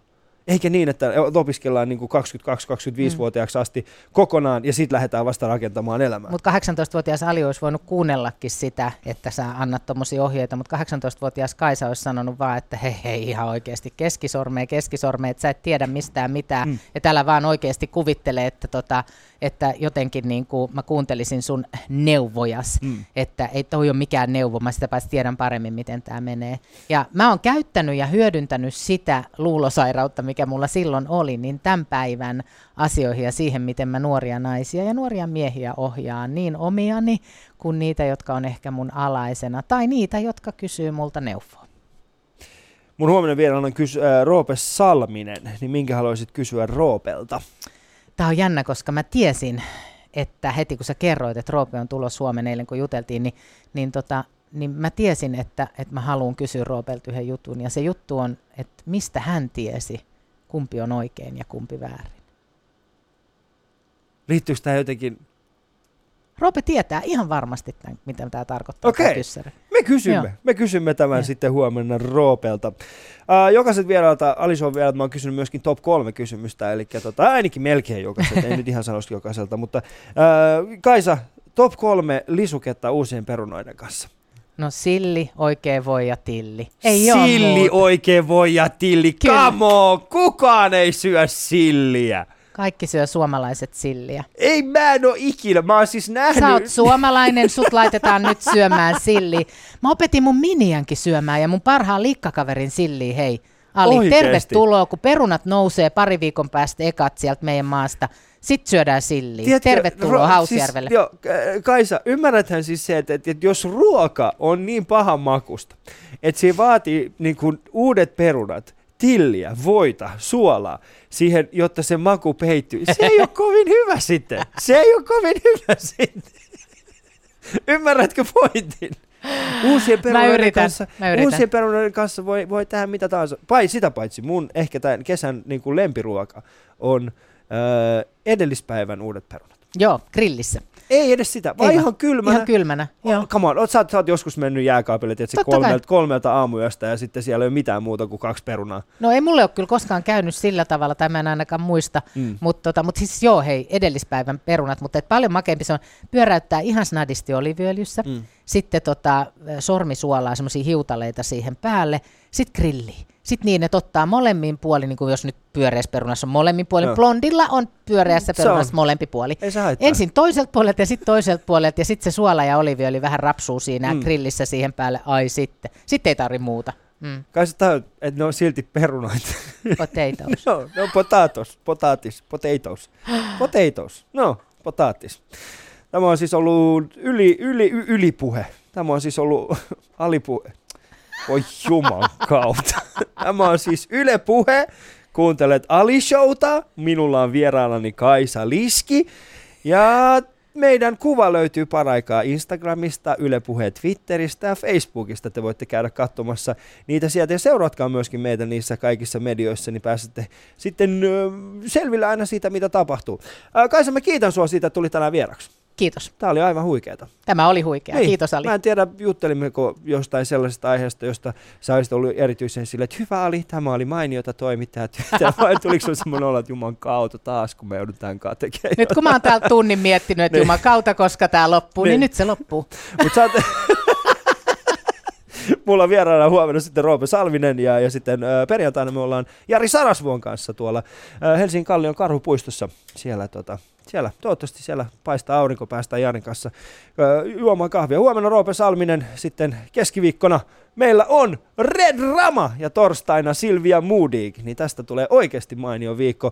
Eikä niin, että opiskellaan niin kuin kaksikymmentäkaksi kaksikymmentäviisi-vuotiaaksi asti kokonaan ja sitten lähdetään vasta rakentamaan elämää. Mutta kahdeksantoistavuotias Ali olisi voinut kuunnellakin sitä, että sä annat tommosia ohjeita, mutta kahdeksantoistavuotias Kaisa olisi sanonut vaan, että hei hei ihan oikeasti keskisormea, keskisormea, että sä et tiedä mistään mitään, mm. että älä vaan oikeasti kuvittele, että, tota, että jotenkin niin kuin mä kuuntelisin sun neuvojas, mm. että ei toi ole mikään neuvo, mä sitä päästä tiedän paremmin, miten tämä menee. Ja mä oon käyttänyt ja hyödyntänyt sitä luulosairautta, mikä mulla silloin oli, niin tämän päivän asioihin ja siihen, miten mä nuoria naisia ja nuoria miehiä ohjaan, niin omiani kuin niitä, jotka on ehkä mun alaisena, tai niitä, jotka kysyy multa neuvoa. Mun huomenna vielä on kysy- äh, Roope Salminen, niin minkä haluaisit kysyä Roopelta? Tämä on jännä, koska mä tiesin, että heti kun sä kerroit, että Roope on tulossa Suomeen eilen, kun juteltiin, niin, niin, tota, niin mä tiesin, että, että mä haluan kysyä Roopelta yhden jutun. Ja se juttu on, että mistä hän tiesi, kumpi on oikein ja kumpi väärin. Liittyykö tämä jotenkin? Roope tietää ihan varmasti, tämän, mitä tämä tarkoittaa. Okei, me kysymme. Me kysymme tämän ja. sitten huomenna Roopelta. Uh, jokaiset vieraalta, Alice on vielä, että mä oon kysynyt myöskin top kolme kysymystä, eli tota, ainakin melkein jokaiset, en nyt ihan sanoisi jokaiselta, mutta uh, Kaisa, top kolme lisuketta uusien perunoiden kanssa. No silli, oikein voi ja tilli. Ei silli, oikein voi ja tilli, come on, kukaan ei syö silliä. Kaikki syö suomalaiset silliä. Ei, mä en oo ikinä. Mä oon siis nähnyt. Sä oot suomalainen, sut laitetaan nyt syömään silliä. Mä opetin mun miniankin syömään ja mun parhaan likkakaverin silliä, hei. Ali, oikeesti. Tervetuloa, kun perunat nousee pari viikon päästä ekat sieltä meidän maasta. Sitten syödään silliä. Tiedätkö, tervetuloa ro- Hausjärvelle. Siis, jo, Kaisa, ymmärräthän siis se, että, että, että jos ruoka on niin pahan makusta, että se vaatii niin kuin uudet perunat, tilliä, voita, suolaa siihen, jotta se maku peittyy. Se ei ole kovin hyvä sitten. Se ei ole kovin hyvä sitten. Ymmärrätkö pointin? Uusien perunoiden kanssa, uusien perunoiden kanssa voi, voi tehdä mitä tahansa. Pai, sitä paitsi mun ehkä tämän kesän niin kuin lempiruoka on öö, edellispäivän uudet perunat. Joo, grillissä. Ei edes sitä, vaan ihan kylmänä. Ihan kylmänä, joo. Oh, come on, oot, sä, oot, sä oot joskus mennyt jääkaapille tietysti kolmelta, kolmelta aamuyöstä ja sitten siellä ei ole mitään muuta kuin kaksi perunaa. No ei mulle ole kyllä koskaan käynyt sillä tavalla, tai mä en ainakaan muista, mm. mutta tota, mut siis joo hei, edellispäivän perunat, mutta et paljon makeampi se on pyöräyttää ihan snadisti oliiviöljyssä, mm. sitten tota, sormisuolaa, semmoisia hiutaleita siihen päälle, sitten grilliä. Sitten niin, että ottaa molemmin puolin, niin kuin jos nyt pyöreässä perunassa on molemmin puolin, no. Blondilla on pyöreässä perunassa molempi puoli. Ensin toiselta puolelta ja sitten toiselta puolelta ja sitten se suola ja oliiviöljy vähän rapsuu siinä mm. grillissä siihen päälle. Ai sitten. Sitten ei tarvitse muuta. Mm. Kai sä tajut, että ne on silti perunoita. Potatoes. no, ne on potatoes, potatoes, potatoes, potatoes, no, potatoes. Tämä on siis ollut yli, yli, y- ylipuhe. Tämä on siis ollut alipuhe. Oi juman kautta. Tämä on siis Yle Puhe. Kuuntelet Ali-showta. Minulla on vieraanani Kaisa Liski. Ja meidän kuva löytyy paraikaa Instagramista, Yle Puheen Twitteristä ja Facebookista. Te voitte käydä katsomassa niitä sieltä. Ja seuratkaa myöskin meitä niissä kaikissa medioissa, niin pääsette sitten selvillä aina siitä, mitä tapahtuu. Kaisa, mä kiitän sua siitä, että tuli tänään vieraksi. Kiitos. Tämä oli aivan huikeeta. Tämä oli huikea. Niin. Kiitos Ali. Mä en tiedä, juttelimmeko jostain sellaisesta aiheesta, josta sä olisit ollut erityisen silleen, että hyvä Ali, tämä oli mainiota toimittajat. Vai tuliko se semmoinen olla, että juman kautta taas, kun me joudutaan kaa tekemään. Nyt kun mä oon täällä tunnin miettinyt, että juman kautta, koska tää loppuu, niin, niin nyt se loppuu. Mut sä oot... Mulla on vieraana huomenna sitten Roope Salminen ja, ja sitten ä, perjantaina me ollaan Jari Sarasvuon kanssa tuolla ä, Helsingin Kallion Karhupuistossa. Siellä, tota, siellä, toivottavasti siellä paistaa aurinko, päästään Jarin kanssa ä, juomaan kahvia. Huomenna Roope Salminen, sitten keskiviikkona meillä on Red Rama ja torstaina Silvia Moodig. Niin tästä tulee oikeasti mainio viikko.